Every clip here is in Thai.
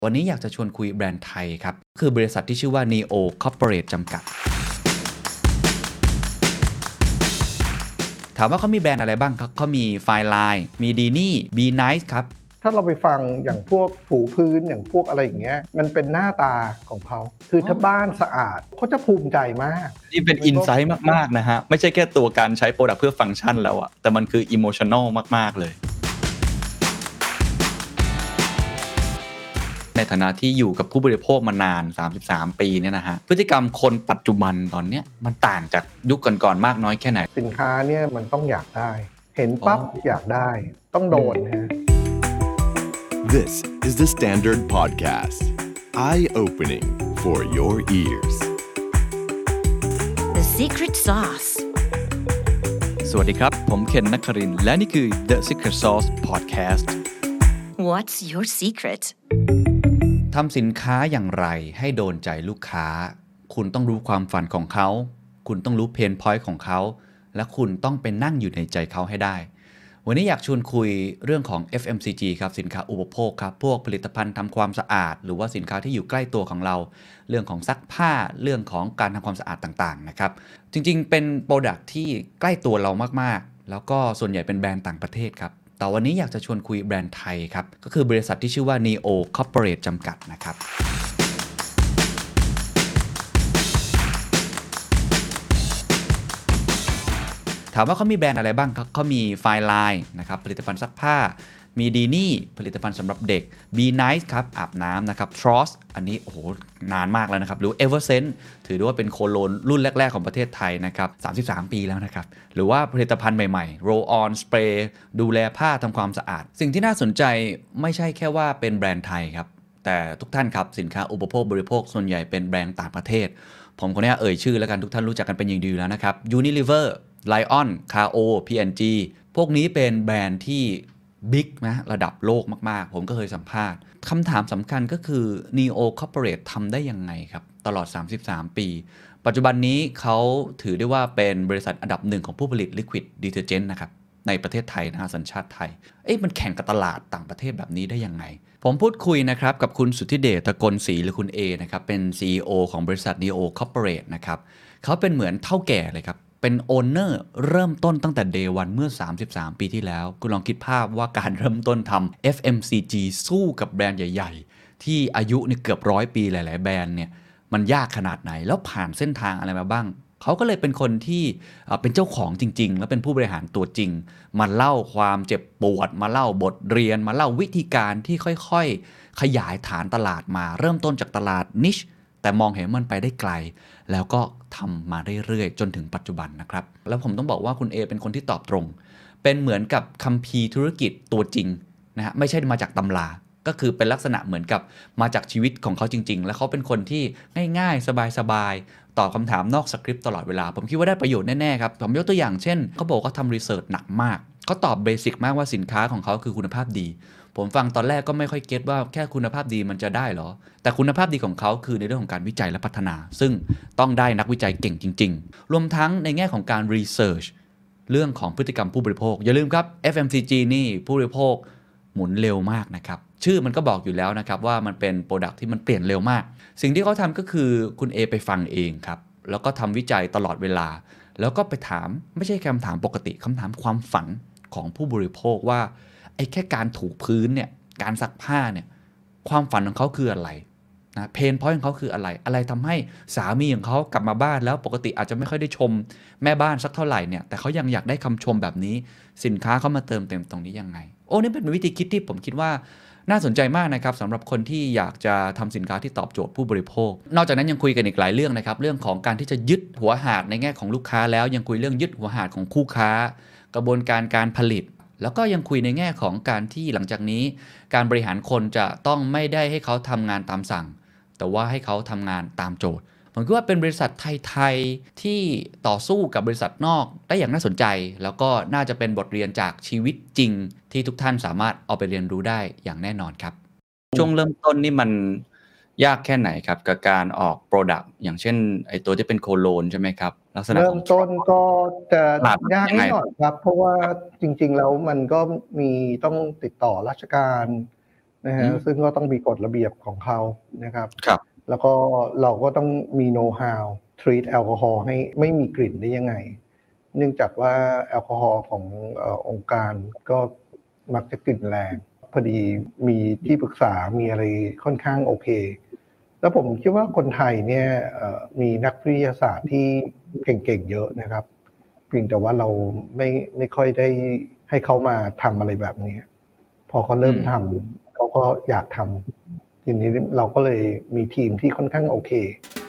วันนี้อยากจะชวนคุยแบรนด์ไทยครับคือบริษัทที่ชื่อว่า Neo Corporate จำกัดถามว่าเขามีแบรนด์อะไรบ้างครับเขามี Fine Line มี Dini Be Nice ครับถ้าเราไปฟังอย่างพวกถูพื้นอย่างพวกอะไรอย่างเงี้ยมันเป็นหน้าตาของเขาคือถ้าบ้านสะอาดเขาจะภูมิใจมากนี่เป็นอินไซต์มากๆนะฮะไม่ใช่แค่ตัวการใช้โปรดักต์เพื่อฟังก์ชันแล้วอะแต่มันคืออิโมชันนอลมากๆเลยในฐานะที่อยู่กับผู้บริโภคมานาน33ปีเนี่ยนะฮะพฤติกรรมคนปัจจุบันตอนเนี้ยมันต่างจากยุคก่อนๆมากน้อยแค่ไหนสินค้าเนี่ยมันต้องอยากได้เห็นปั๊บอยากได้ต้องโดนฮะ This is the Standard Podcast. Eye-opening for your ears. The Secret Sauce. สวัสดีครับผมเคนนักครินทร์และนี่คือ The Secret Sauce Podcast. What's your secret? ทำสินค้าอย่างไรให้โดนใจลูกค้าคุณต้องรู้ความฝันของเขาคุณต้องรู้เพนพอยต์ของเขาและคุณต้องไปนั่งอยู่ในใจเขาให้ได้วันนี้อยากชวนคุยเรื่องของ FMCG ครับสินค้าอุปโภคครับพวกผลิตภัณฑ์ทำความสะอาดหรือว่าสินค้าที่อยู่ใกล้ตัวของเราเรื่องของซักผ้าเรื่องของการทำความสะอาดต่างๆนะครับจริงๆเป็นโปรดักที่ใกล้ตัวเรามากๆแล้วก็ส่วนใหญ่เป็นแบรนด์ต่างประเทศครับแต่วันนี้อยากจะชวนคุยแบรนด์ไทยครับก็คือบริษัทที่ชื่อว่า Neo Corporate จำกัดนะครับถามว่าเขามีแบรนด์อะไรบ้างครับเขามี Fine Line นะครับผลิตภัณฑ์ซักผ้ามี Dini ผลิตภัณฑ์สำหรับเด็ก Be Nice ครับอาบน้ำนะครับ Tross อันนี้โอ้โหนานมากแล้วนะครับหรือ Eversense ถือได้ว่าเป็นโคโลนรุ่นแรกๆของประเทศไทยนะครับ33ปีแล้วนะครับหรือว่าผลิตภัณฑ์ใหม่ๆ Roll On Spray ดูแลผ้าทำความสะอาดสิ่งที่น่าสนใจไม่ใช่แค่ว่าเป็นแบรนด์ไทยครับแต่ทุกท่านครับสินค้าอุปโภคบริโภคส่วนใหญ่เป็นแบรนด์ต่างประเทศผมขออนุญาตเอ่ยชื่อแล้วกันทุกท่านรู้จักกันเป็นอย่างดีแล้วนะครับ Unilever Lion Kao P&G พวกนี้เป็นแบรนด์ที่บิ๊กนะระดับโลกมากๆผมก็เคยสัมภาษณ์คำถามสำคัญก็คือ Neo Corporate ทำได้ยังไงครับตลอด33ปีปัจจุบันนี้เขาถือได้ว่าเป็นบริษัทอันดับหนึ่งของผู้ผลิต Liquid Detergent นะครับในประเทศไทยนะสัญชาติไทยมันแข่งกับตลาดต่างประเทศแบบนี้ได้ยังไงผมพูดคุยนะครับกับคุณสุทธิเดช ตะกลศรีหรือคุณ A นะครับเป็น CEO ของบริษัท Neo Corporate นะครับเขาเป็นเหมือนเฒ่าแก่เลยครับเป็นโอนเนอร์เริ่มต้นตั้งแต่ Day 1 เมื่อ33ปีที่แล้วคุณลองคิดภาพว่าการเริ่มต้นทำ FMCG สู้กับแบรนด์ใหญ่ๆที่อายุเนี่ยเกือบ100ปีหลายๆแบรนด์เนี่ยมันยากขนาดไหนแล้วผ่านเส้นทางอะไรมาบ้างเขาก็เลยเป็นคนที่เป็นเจ้าของจริงๆและเป็นผู้บริหารตัวจริงมาเล่าความเจ็บปวดมาเล่าบทเรียนมาเล่าวิธีการที่ค่อยๆขยายฐานตลาดมาเริ่มต้นจากตลาดนิชแต่มองเห็นมันไปได้ไกลแล้วก็ทำมาเรื่อยๆจนถึงปัจจุบันนะครับแล้วผมต้องบอกว่าคุณ A เป็นคนที่ตอบตรงเป็นเหมือนกับคัมภีร์ธุรกิจตัวจริงนะฮะไม่ใช่มาจากตำราก็คือเป็นลักษณะเหมือนกับมาจากชีวิตของเขาจริงๆแล้วเขาเป็นคนที่ง่ายๆสบายๆตอบคำถามนอกสคริปต์ตลอดเวลาผมคิดว่าได้ประโยชน์แน่ๆครับผมยกตัวอย่างเช่นเขาบอกว่าทำรีเสิร์ชหนักมากเขาตอบเบสิกมากว่าสินค้าของเขาคือคุณภาพดีผมฟังตอนแรกก็ไม่ค่อยเก็ตว่าแค่คุณภาพดีมันจะได้เหรอแต่คุณภาพดีของเขาคือในเรื่องของการวิจัยและพัฒนาซึ่งต้องได้นักวิจัยเก่งจริงๆรวมทั้งในแง่ของการรีเสิร์ชเรื่องของพฤติกรรมผู้บริโภคอย่าลืมครับ FMCG นี่ผู้บริโภคหมุนเร็วมากนะครับชื่อมันก็บอกอยู่แล้วนะครับว่ามันเป็นโปรดักที่มันเปลี่ยนเร็วมากสิ่งที่เขาทำก็คือคุณ A ไปฟังเองครับแล้วก็ทำวิจัยตลอดเวลาแล้วก็ไปถามไม่ใช่คำถามปกติคำถามความฝันของผู้บริโภคว่าแค่การถูพื้นเนี่ยการซักผ้าเนี่ยความฝันของเขาคืออะไรนะเพนพอยต์ของเขาคืออะไรทำให้สามีของเขากลับมาบ้านแล้วปกติอาจจะไม่ค่อยได้ชมแม่บ้านสักเท่าไหร่เนี่ยแต่เขายังอยากได้คำชมแบบนี้สินค้าเขามาเติมเต็มตรงนี้ยังไงนี่เป็นวิธีคิดที่ผมคิดว่าน่าสนใจมากนะครับสำหรับคนที่อยากจะทำสินค้าที่ตอบโจทย์ผู้บริโภคนอกจากนั้นยังคุยกันอีกหลายเรื่องนะครับเรื่องของการที่จะยึดหัวหากในแง่ของลูกค้าแล้วยังคุยเรื่องยึดหัวหากของคู่ค้ากระบวนการผลิตแล้วก็ยังคุยในแง่ของการที่หลังจากนี้การบริหารคนจะต้องไม่ได้ให้เขาทำงานตามสั่งแต่ว่าให้เขาทำงานตามโจทย์ผมคิดว่าเป็นบริษัทไทยๆที่ต่อสู้กับบริษัทนอกได้อย่างน่าสนใจแล้วก็น่าจะเป็นบทเรียนจากชีวิตจริงที่ทุกท่านสามารถเอาไปเรียนรู้ได้อย่างแน่นอนครับช่วงเริ่มต้นนี่มันยากแค่ไหนครับกับการออกโปรดักต์อย่างเช่นไอตัวที่เป็นโคโลนใช่ไหมครับลักษณะเริ่มต้นก็จะยากนิดหน่อยครับเพราะว่าจริงๆแล้วมันก็มีต้องติดต่อราชการนะฮะซึ่งก็ต้องมีกฎระเบียบของเขานะครับครับแล้วก็เราก็ต้องมีโน้ตฮาว treat แอลกอฮอล์ให้ไม่มีกลิ่นได้ยังไง เนื่องจากว่าแอลกอฮอล์ขององค์การก็มักจะกลิ่นแรงพอดีมีที่ปรึกษามีอะไรค่อนข้างโอเคแล้วผมคิดว่าคนไทยเนี่ยมีนักวิทยาศาสตร์ที่เก่งๆเยอะนะครับเพียงแต่ว่าเราไม่ค่อยได้ให้เขามาทำอะไรแบบนี้พอเขาเริ่มทำเขาก็อยากทำทีนี้เราก็เลยมีทีมที่ค่อนข้างโอเค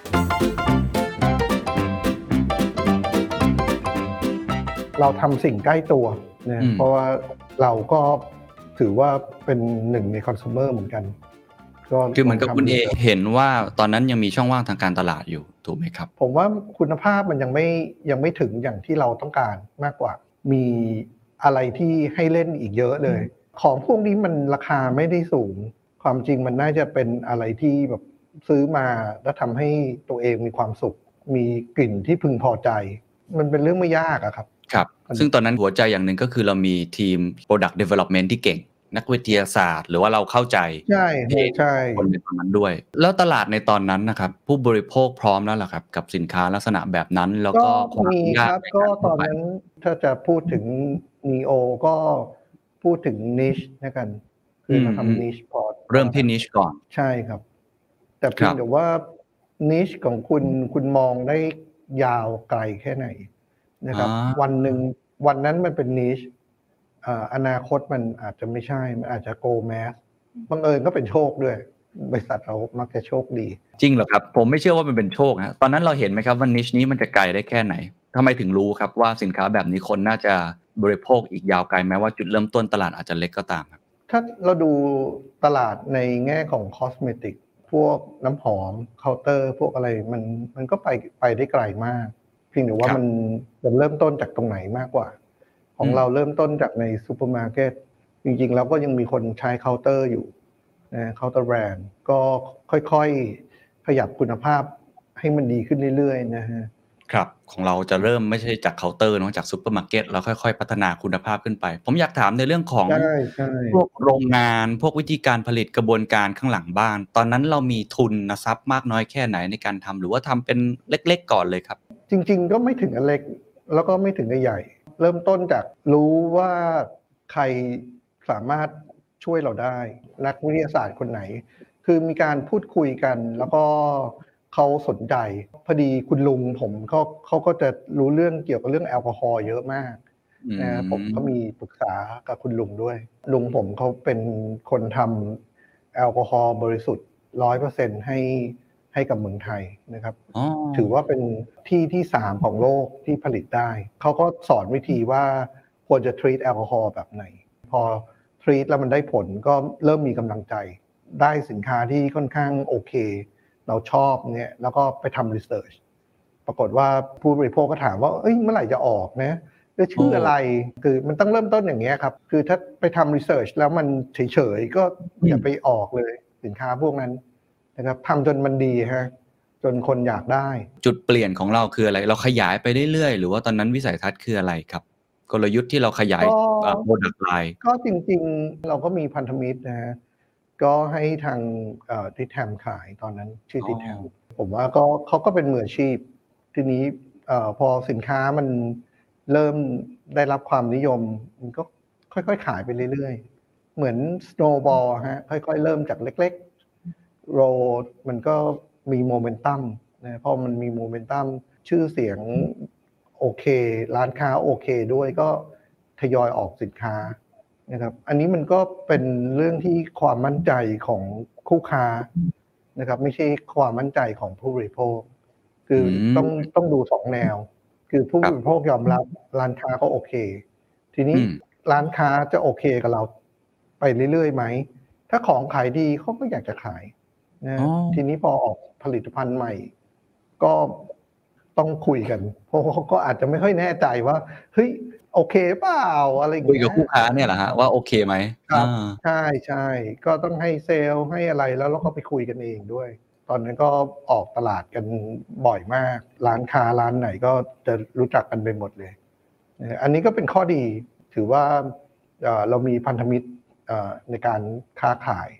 เราทำสิ่งใกล้ตัวนะเพราะว่าเราก็ถือว่าเป็นหนึ่งในคอน sumer เหมือนกันคือเหมือนกับคุณเอเห็นว่าตอนนั้นยังมีช่องว่างทางการตลาดอยู่ถูกไหมครับผมว่าคุณภาพมันยังไม่ถึงอย่างที่เราต้องการมากกว่ามีอะไรที่ให้เล่นอีกเยอะเลยของพวกนี้มันราคาไม่ได้สูงความจริงมันน่าจะเป็นอะไรที่แบบซื้อมาแล้วทำให้ตัวเองมีความสุขมีกลิ่นที่พึงพอใจมันเป็นเรื่องไม่ยากอะครับครับซึ่งตอนนั้นหัวใจอย่างหนึ่งก็คือเรามีทีม Product Development ที่เก่งนักวิทยาศาสตร์หรือว่าเราเข้าใจใช่คนในตอนนั้นด้วยแล้วตลาดในตอนนั้นนะครับผู้บริโภคพร้อมแล้วเหรอครับกับสินค้าลักษณะแบบนั้นแล้วก็มีครับก็ตอนนั้นถ้าจะพูดถึง Neo ก็พูดถึง niche นะกันคือเราทำ niche พอเริ่มที่ niche ก่อนใช่ครับแต่เพียงแต่ว่า niche ของคุณมองได้ยาวไกลแค่ไหนนะครับวันนั้นมันเป็น nicheอนาคตมันอาจจะไม่ใช่มันอาจจะ go mass บังเอิญก็เป็นโชคด้วยบริษัทเรามักจะโชคดีจริงเหรอครับผมไม่เชื่อว่ามันเป็นโชคนะตอนนั้นเราเห็นไหมครับว่า niche นี้มันจะไกลได้แค่ไหนทำไมถึงรู้ครับว่าสินค้าแบบนี้คนน่าจะบริโภคอีกยาวไกลแม้ว่าจุดเริ่มต้นตลาดอาจจะเล็กก็ตามครับถ้าเราดูตลาดในแง่ของคอสเมติกพวกน้ำหอมเคาน์เตอร์พวกอะไรมันก็ไปได้ไกลมากเพียงแต่ว่ามันเริ่มต้นจากตรงไหนมากกว่าของเราเริ่มต้นจากในซูเปอร์มาร์เก็ตจริงๆแล้วก็ยังมีคนใช้เคาน์เตอร์อยู่นะเคาน์เตอร์แบรนด์ก็ค่อยๆขยับคุณภาพให้มันดีขึ้นเรื่อยๆนะฮะครับของเราจะเริ่มไม่ใช่จากเคาน์เตอร์เนาะจากซูเปอร์มาร์เก็ตแล้วค่อยๆพัฒนาคุณภาพขึ้นไปผมอยากถามในเรื่องของพวกโรงงานพวกวิธีการผลิตกระบวนการข้างหลังบ้านตอนนั้นเรามีทุนทรัพย์มากน้อยแค่ไหนในการทำหรือว่าทำเป็นเล็กๆก่อนเลยครับจริงๆก็ไม่ถึงอันเล็กแล้วก็ไม่ถึงอันใหญ่เริ่มต้นจากรู้ว่าใครสามารถช่วยเราได้นักวิทยาศาสตร์คนไหนคือมีการพูดคุยกันแล้วก็เขาสนใจพอดีคุณลุงผมเขาก็จะรู้เรื่องเกี่ยวกับเรื่องแอลกอฮอล์เยอะมากนะผมก็มีปรึกษากับคุณลุงด้วยลุงผมเขาเป็นคนทำแอลกอฮอล์บริสุทธิ์ 100% ให้กับเมืองไทยนะครับถือว่าเป็นที่3ของโลกที่ผลิตได้เขาก็สอนวิธีว่าควรจะ treat แอลกอฮอล์แบบไหนพอ treat แล้วมันได้ผลก็เริ่มมีกำลังใจได้สินค้าที่ค่อนข้างโอเคเราชอบเนี่ยแล้วก็ไปทำ research ปรากฏว่าผู้บริโภคก็ถามว่าเอ้ยเมื่อไหร่จะออกนะชื่ออะไรคือมันต้องเริ่มต้นอย่างเงี้ยครับคือถ้าไปทำ research แล้วมันเฉยๆก็อย่าไปออกเลยสินค้าพวกนั้นนะครับทำจนมันดีฮะจนคนอยากได้จุดเปลี่ยนของเราคืออะไรเราขยายไปเรื่อยๆหรือว่าตอนนั้นวิสัยทัศน์คืออะไรครับกลยุทธ์ที่เราขยายproduct line ก็จริงๆเราก็มีพันธมิตรนะฮะก็ให้ทางที่แทมขายตอนนั้นชื่อที่แทมผมว่าก็เขาก็เป็นมืออาชีพทีนี้พอสินค้ามันเริ่มได้รับความนิยมมันก็ค่อยๆขายไปเรื่อยๆเหมือน snowball ฮะค่อยๆเริ่มจากเล็กๆโรมันก็มีโมเมนตัมนะพอมันมีโมเมนตัมชื่อเสียงโอเคร้านค้าโอเคด้วยก็ทยอยออกสินค้านะครับอันนี้มันก็เป็นเรื่องที่ความมั่นใจของคู่ค้านะครับไม่ใช่ความมั่นใจของผู้บริโภคคือต้องดู2แนวคือผู้บริโภคยอมรับร้านค้าก็โอเคทีนี้ร้านค้าจะโอเคกับเราไปเรื่อยๆไหมถ้าของขายดีเขาก็อยากจะขายนะทีนี้พอออกผลิตภัณฑ์ใหม่ก็ต้องคุยกันเพราะเขาก็อาจจะไม่ค่อยแน่ใจว่าเฮ้ยโอเคเปล่าอะไรอย่างเงี้ยคุยกับคู่ค้าเนี่ยเหรอฮะว่าโอเคไหมครับใช่ๆก็ต้องให้เซลล์ให้อะไรแล้วเราก็ไปคุยกันเองด้วยตอนนั้นก็ออกตลาดกันบ่อยมากร้านค้าร้านไหนก็จะรู้จักกันไปหมดเลยอันนี้ก็เป็นข้อดีถือว่าเรามีพันธมิตรในการค้าขาย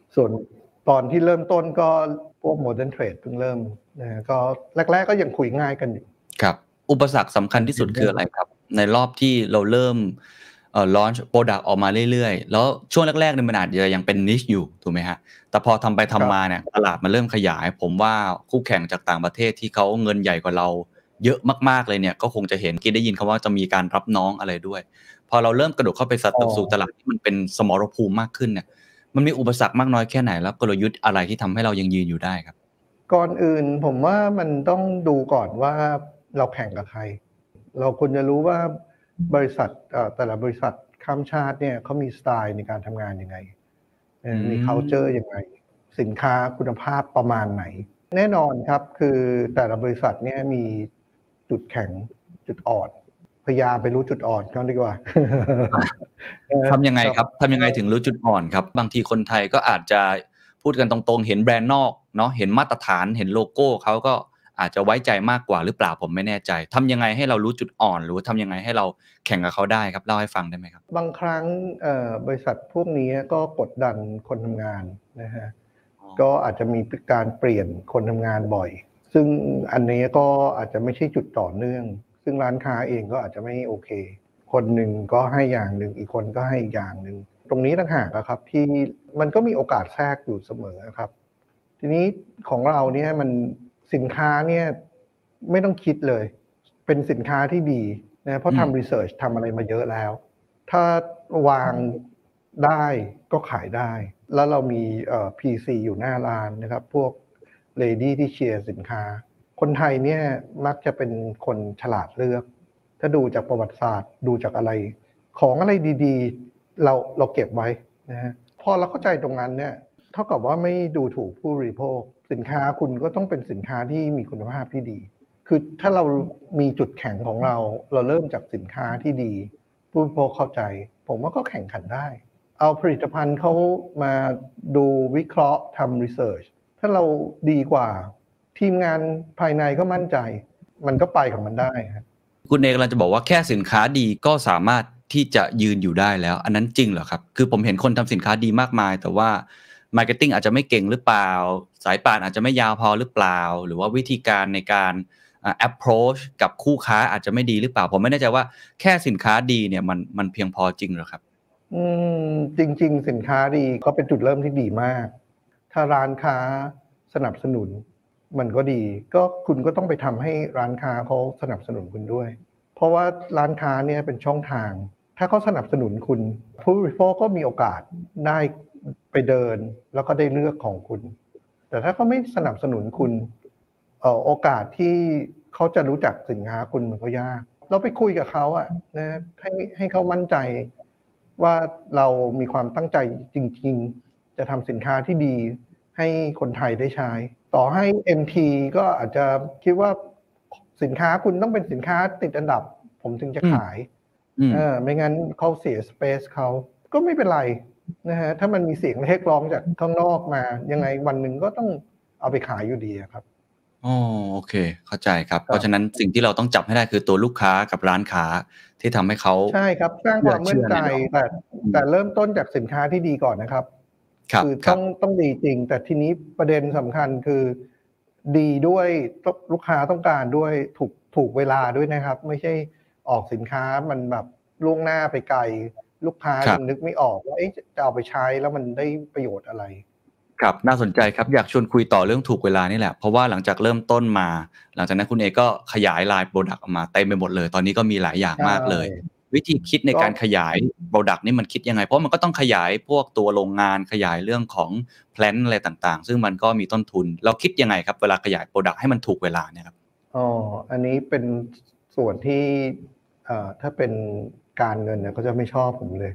ส่วนตอนที่เริ่มต้นก็พวก Modern Trade เพิ่งเริ่มนะก็แรกๆก็ยังคุยง่ายกันอยู่ครับอุปสรรคสำคัญที่สุดคืออะไรครับในรอบที่เราเริ่มlaunch product ออกมาเรื่อยๆแล้วช่วงแรกๆเนี่ยมันอาจจะยังเป็น niche อยู่ถูกไหมฮะแต่พอทำไปทำมาเนี่ยตลาดมันเริ่มขยายผมว่าคู่แข่งจากต่างประเทศที่เขาเงินใหญ่กว่าเราเยอะมากๆเลยเนี่ยก็คงจะเห็นกี้ได้ยินคำว่าจะมีการรับน้องอะไรด้วยพอเราเริ่มกระโดดเข้าไปสู่ตลาดที่มันเป็นสมรภูมิมากขึ้นเนี่ยมันมีอุปสรรคมากน้อยแค่ไหนแล้วกลยุทธ์อะไรที่ทำให้เรายังยืนอยู่ได้ครับก่อนอื่นผมว่ามันต้องดูก่อนว่าเราแข่งกับใครเราควรจะรู้ว่าบริษัทแต่ละบริษัทข้ามชาติเนี่ยเขามีสไตล์ในการทำงานยังไงมี culture ยังไงสินค้าคุณภาพประมาณไหนแน่นอนครับคือแต่ละบริษัทเนี่ยมีจุดแข็งจุดอ่อนพยายามไปรู้จุดอ่อนเขาดีกว่าทำยังไงครับทำยังไงถึงรู้จุดอ่อนครับบางทีคนไทยก็อาจจะพูดกันตรงๆเห็นแบรนด์นอกเนาะเห็นมาตรฐานเห็นโลโก้เขาก็อาจจะไว้ใจมากกว่าหรือเปล่าผมไม่แน่ใจทำยังไงให้เรารู้จุดอ่อนหรือว่าทำยังไงให้เราแข่งกับเขาได้ครับเล่าให้ฟังได้ไหมครับบางครั้งบริษัทพวกนี้ก็กดดันคนทำงานนะฮะก็อาจจะมีการเปลี่ยนคนทำงานบ่อยซึ่งอันนี้ก็อาจจะไม่ใช่จุดต่อเนื่องซึ่งร้านค้าเองก็อาจจะไม่โอเคคนหนึ่งก็ให้อย่างหนึ่งอีกคนก็ให้อีกอย่างหนึ่งตรงนี้ต่างหากครับที่มันก็มีโอกาสแทรกอยู่เสมอครับทีนี้ของเราเนี่ยมันสินค้าเนี่ยไม่ต้องคิดเลยเป็นสินค้าที่ดีนะเพราะทำรีเสิร์ชทำอะไรมาเยอะแล้วถ้าวางได้ก็ขายได้แล้วเรามีPC อยู่หน้าร้านนะครับพวกเลดี้ที่เชียร์สินค้าคนไทยเนี่ยมักจะเป็นคนฉลาดเลือกถ้าดูจากประวัติศาสตร์ดูจากอะไรของอะไรดีๆเราเก็บไว้นะฮะพอเราเข้าใจตรงนั้นเนี่ยเท่ากับว่าไม่ดูถูกผู้บริโภคสินค้าคุณก็ต้องเป็นสินค้าที่มีคุณภาพที่ดีคือถ้าเรามีจุดแข็งของเราเริ่มจากสินค้าที่ดีผู้บริโภคเข้าใจผมว่าก็แข่งขันได้เอาผลิตภัณฑ์เขามาดูวิเคราะห์ทำรีเสิร์ชถ้าเราดีกว่าทีมงานภายในก็มั่นใจมันก็ไปของมันได้ครับคุณเอกกำลังจะบอกว่าแค่สินค้าดีก็สามารถที่จะยืนอยู่ได้แล้วอันนั้นจริงเหรอครับคือผมเห็นคนทำสินค้าดีมากมายแต่ว่า marketing อาจจะไม่เก่งหรือเปล่าสายป่านอาจจะไม่ยาวพอหรือเปล่าหรือว่าวิธีการในการapproach กับคู่ค้าอาจจะไม่ดีหรือเปล่าผมไม่แน่ใจว่าแค่สินค้าดีเนี่ยมันเพียงพอจริงเหรอครับจริงๆสินค้าดีก็เป็นจุดเริ่มที่ดีมากถ้าร้านค้าสนับสนุนมันก็ดีก็คุณก็ต้องไปทำให้ร้านค้าเขาสนับสนุนคุณด้วยเพราะว่าร้านค้าเนี่ยเป็นช่องทางถ้าเขาสนับสนุนคุณผู้บริโภคก็มีโอกาสได้ไปเดินแล้วก็ได้เลือกของคุณแต่ถ้าเขาไม่สนับสนุนคุณโอกาสที่เขาจะรู้จักสินค้าคุณมันก็ยากเราไปคุยกับเขาอะนะให้เขามั่นใจว่าเรามีความตั้งใจจริงๆจะทำสินค้าที่ดีให้คนไทยได้ใช้ต่อให้ MT ก็อาจจะคิดว่าสินค้าคุณต้องเป็นสินค้าติดอันดับผมถึงจะขายไม่งั้นเขาเสียสเปซเขาก็ไม่เป็นไรนะฮะถ้ามันมีเสียงเรียกร้องจากข้างนอกมายังไงวันหนึ่งก็ต้องเอาไปขายอยู่ดีครับอ๋อโอเคเข้าใจครับเพราะฉะนั้นสิ่งที่เราต้องจับให้ได้คือตัวลูกค้ากับร้านค้าที่ทำให้เขาใช่ครับสร้างความมั่นใจแต่เริ่มต้นจากสินค้าที่ดีก่อนนะครับคือต้องดีจริงแต่ทีนี้ประเด็นสำคัญคือดีด้วยลูกค้าต้องการด้วยถูกเวลาด้วยนะครับไม่ใช่ออกสินค้ามันแบบล่วงหน้าไปไกลลูกค้ายังนึกไม่ออกว่าจะเอาไปใช้แล้วมันได้ประโยชน์อะไรครับน่าสนใจครับอยากชวนคุยต่อเรื่องถูกเวลานี่แหละเพราะว่าหลังจากเริ่มต้นมาหลังจากนั้นคุณเอก็ขยายไลน์โปรดักต์ออกมาเต็มไปหมดเลยตอนนี้ก็มีหลายอย่างมากเลยวิธีคิดในการขยายโปรดักต์นี่มันคิดยังไงเพราะมันก็ต้องขยายพวกตัวโรงงานขยายเรื่องของแพลนอะไรต่างๆซึ่งมันก็มีต้นทุนเราคิดยังไงครับเวลาขยายโปรดักต์ให้มันถูกเวลาเนี่ยครับอันนี้เป็นส่วนที่ถ้าเป็นการเงินเนี่ยก็จะไม่ชอบผมเลย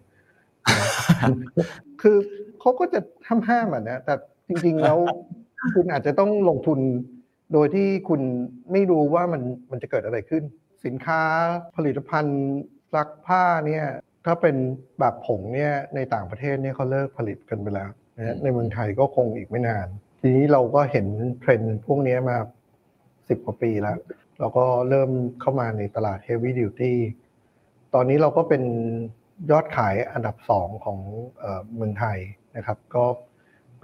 คือเขาก็จะห้ามนะแต่จริงๆแล้วคุณอาจจะต้องลงทุนโดยที่คุณไม่รู้ว่ามันจะเกิดอะไรขึ้นสินค้าผลิตภัณฑ์ซักผ้าเนี่ยถ้าเป็นแบบผงเนี่ยในต่างประเทศเนี่ยเขาเลิกผลิตกันไปแล้วนะในเมืองไทยก็คงอีกไม่นานทีนี้เราก็เห็นเทรนด์พวกนี้มา10 กว่าปีแล้วเราก็เริ่มเข้ามาในตลาด Heavy Duty ตอนนี้เราก็เป็นยอดขายอันดับ2ของเมืองไทยนะครับก็เ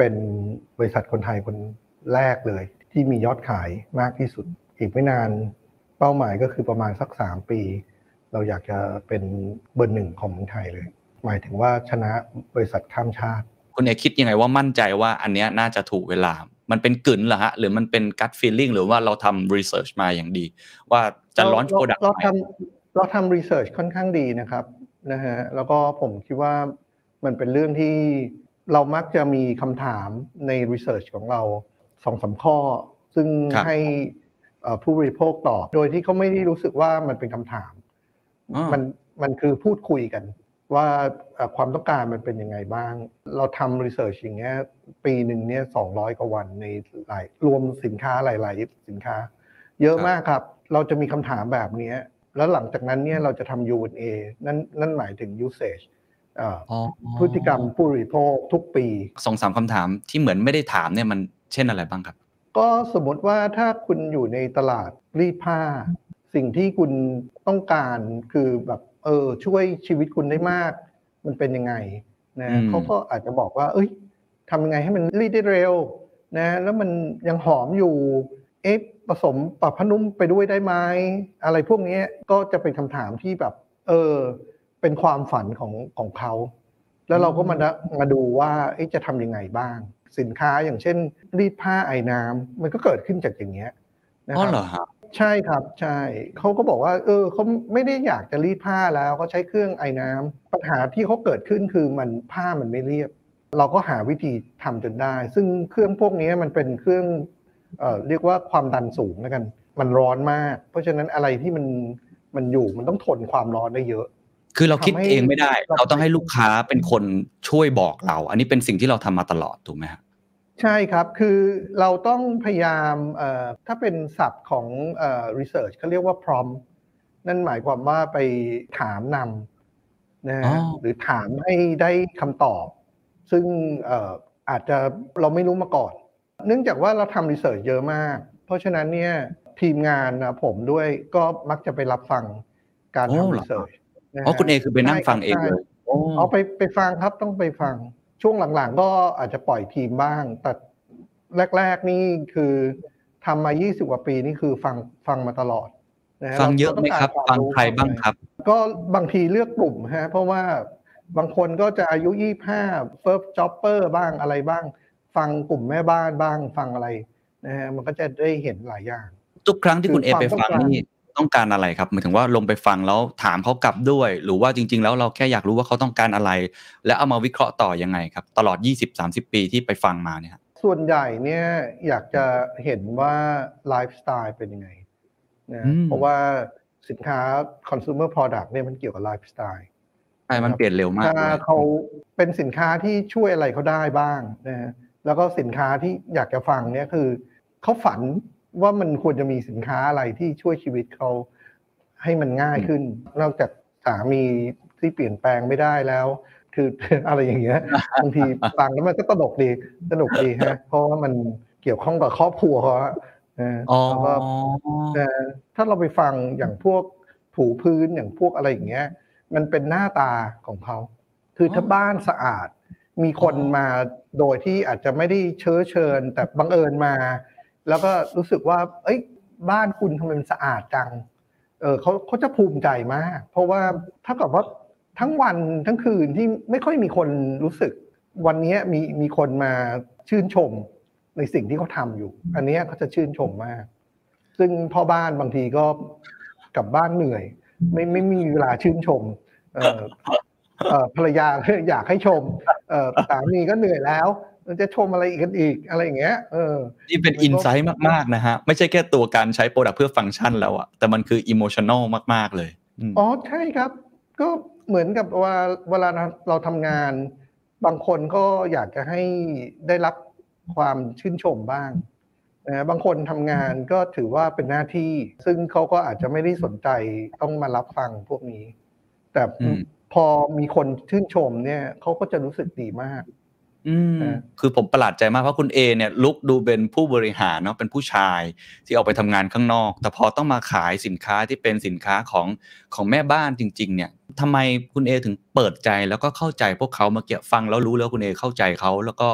เป็นบริษัทคนไทยคนแรกเลยที่มียอดขายมากที่สุดอีกไม่นานเป้าหมายก็คือประมาณสัก3 ปีเราอยากจะเป็นเบอร์ 1ของเมืองไทยเลยหมายถึงว่าชนะบริษัทข้ามชาติคุณเอคิดยังไงว่ามั่นใจว่าอันเนี้ยน่าจะถูกเวลามันเป็นกึ่นเหรอฮะหรือมันเป็น gut feeling หรือว่าเราทำ research มาอย่างดีว่าจะ launch product ใหม่เราทำ research ค่อนข้างดีนะครับนะฮะแล้วก็ผมคิดว่ามันเป็นเรื่องที่เรามักจะมีคำถามใน research ของเรา 2-3 ข้อซึ่งให้ผู้บริโภคตอบโดยที่เขาไม่ได้รู้สึกว่ามันเป็นคำถามมันคือพูดคุยกันว่าความต้องการมันเป็นยังไงบ้างเราทำ research อย่างเงี้ยปีหนึ่งเนี่ย200 กว่าวันในหลายรวมสินค้าหลายๆสินค้าเยอะมากครับเราจะมีคำถามแบบนี้แล้วหลังจากนั้นเนี่ยเราจะทำ U&A นั่นหมายถึง usage พฤติกรรมผู้บริโภคทุกปี 2-3 คำถามที่เหมือนไม่ได้ถามเนี่ยมันเช่นอะไรบ้างครับก็สมมติว่าถ้าคุณอยู่ในตลาดรีดผ้าสิ่งที่คุณต้องการคือแบบช่วยชีวิตคุณได้มากมันเป็นยังไงนะเขาก็อาจจะบอกว่าทำยังไงให้มันรีดได้เร็วนะแล้วมันยังหอมอยู่ผสมปรับผ้านุ่มไปด้วยได้ไหมอะไรพวกนี้ก็จะเป็นคำถามที่แบบเป็นความฝันของเขาแล้วเราก็มาดูว่าจะทำยังไงบ้างสินค้าอย่างเช่นรีดผ้าไอน้ำมันก็เกิดขึ้นจากอย่างเงี้ยนะครับเหรอฮะใช่ครับใช่เขาก็บอกว่าเขาไม่ได้อยากจะรีดผ้าแล้วเขาใช้เครื่องไอน้ำปัญหาที่เขาเกิดขึ้นคือผ้ามันไม่เรียบเราก็หาวิธีทำจนได้ซึ่งเครื่องพวกนี้มันเป็นเครื่องเรียกว่าความดันสูงแล้วกันมันร้อนมากเพราะฉะนั้นอะไรที่มันอยู่มันต้องทนความร้อนได้เยอะคือเราคิดเองไม่ได้เราต้องให้ลูกค้าเป็นคนช่วยบอกเราอันนี้เป็นสิ่งที่เราทำมาตลอดถูกไหมครับใช่ครับคือเราต้องพยายามถ้าเป็นศัพท์ของresearch เขาเรียกว่า prompt นั่นหมายความว่าไปถามนำนะหรือถามให้ได้คำตอบซึ่งอาจจะเราไม่รู้มาก่อนเนื่องจากว่าเราทำ research เยอะมากเพราะฉะนั้นเนี่ยทีมงานผมด้วยก็มักจะไปรับฟังการทำ research คุณเอคือไปนั่งฟังเองเลยไปฟังครับต้องไปฟังช่วงหลังๆก็อาจจะปล่อยทีมบ้างแต่แรกๆนี่คือทำมา20 กว่าปีนี่คือฟังมาตลอดนะฟังเยอะไหมครับฟังใครบ้างครับก็บางทีเลือกกลุ่มฮะเพราะว่าบางคนก็จะอายุ25 first jobber บ้างอะไรบ้างฟังกลุ่มแม่บ้านบ้างฟังอะไรนะฮะมันก็จะได้เห็นหลายอย่างทุกครั้งที่คุณเอไปฟังนี่ต้องการอะไรครับหมายถึงว่าลงไปฟังแล้วถามเขากลับด้วยหรือว่าจริงๆแล้วเราแค่อยากรู้ว่าเขาต้องการอะไรและเอามาวิเคราะห์ต่อยังไงครับตลอด 20-30 ปีที่ไปฟังมาเนี่ยส่วนใหญ่เนี่ยอยากจะเห็นว่าไลฟ์สไตล์เป็นยังไงนะเพราะว่าสินค้า consumer product เนี่ยมันเกี่ยวกับไลฟ์สไตล์ใช่มันเปลี่ยนเร็วมากถ้าเขาเป็นสินค้าที่ช่วยอะไรเขาได้บ้างนะแล้วก็สินค้าที่อยากจะฟังเนี่ยคือเขาฝันว่ามันควรจะมีสินค้าอะไรที่ช่วยชีวิตเขาให้มันง่ายขึ้นนอกจากสามีที่เปลี่ยนแปลงไม่ได้แล้วคืออะไรอย่างเงี้ยบางทีฟังแล้วมันก็สนุกดีฮะเพราะว่ามันเกี่ยวข้องกับครอบครัวเขาแล้วก็ถ้าเราไปฟังอย่างพวกถูพื้นอย่างพวกอะไรอย่างเงี้ยมันเป็นหน้าตาของเขาคือถ้าบ้านสะอาดมีคนมาโดยที่อาจจะไม่ได้เชิญแต่บังเอิญมาแล้วก็รู้สึกว่าบ้านคุณทำไมมันสะอาดจังเขาจะภูมิใจมากเพราะว่าถ้ากับว่าทั้งวันทั้งคืนที่ไม่ค่อยมีคนรู้สึกวันนี้มีคนมาชื่นชมในสิ่งที่เขาทำอยู่อันนี้เขาจะชื่นชมมากซึ่งพ่อบ้านบางทีก็กลับบ้านเหนื่อยไม่มีเวลาชื่นชมภรรยาอยากให้ชมสามีก็เหนื่อยแล้วจะชมอะไรอีกอะไรอย่างเงี้ยนี่เป็นอินไซต์มากๆนะฮะไม่ใช่แค่ตัวการใช้โปรดักต์เพื่อฟังก์ชันแล้วอะแต่มันคืออิโมชันนอลมากๆเลยใช่ครับก็เหมือนกับว่าเวลาเราทำงานบางคนก็อยากจะให้ได้รับความชื่นชมบ้างบางคนทำงานก็ถือว่าเป็นหน้าที่ซึ่งเขาก็อาจจะไม่ได้สนใจต้องมารับฟังพวกนี้แต่พอมีคนชื่นชมเนี่ยเขาก็จะรู้สึกดีมากคือผมประหลาดใจมากเพราะคุณเอเนี่ยลุคดูเป็นผู้บริหารเนาะเป็นผู้ชายที่ออกไปทำงานข้างนอกแต่พอต้องมาขายสินค้าที่เป็นสินค้าของแม่บ้านจริงๆเนี่ยทำไมคุณเอถึงเปิดใจแล้วก็เข้าใจพวกเขาเมื่อกี้ฟังแล้วรู้แล้วคุณเอเข้าใจเขาแล้วก็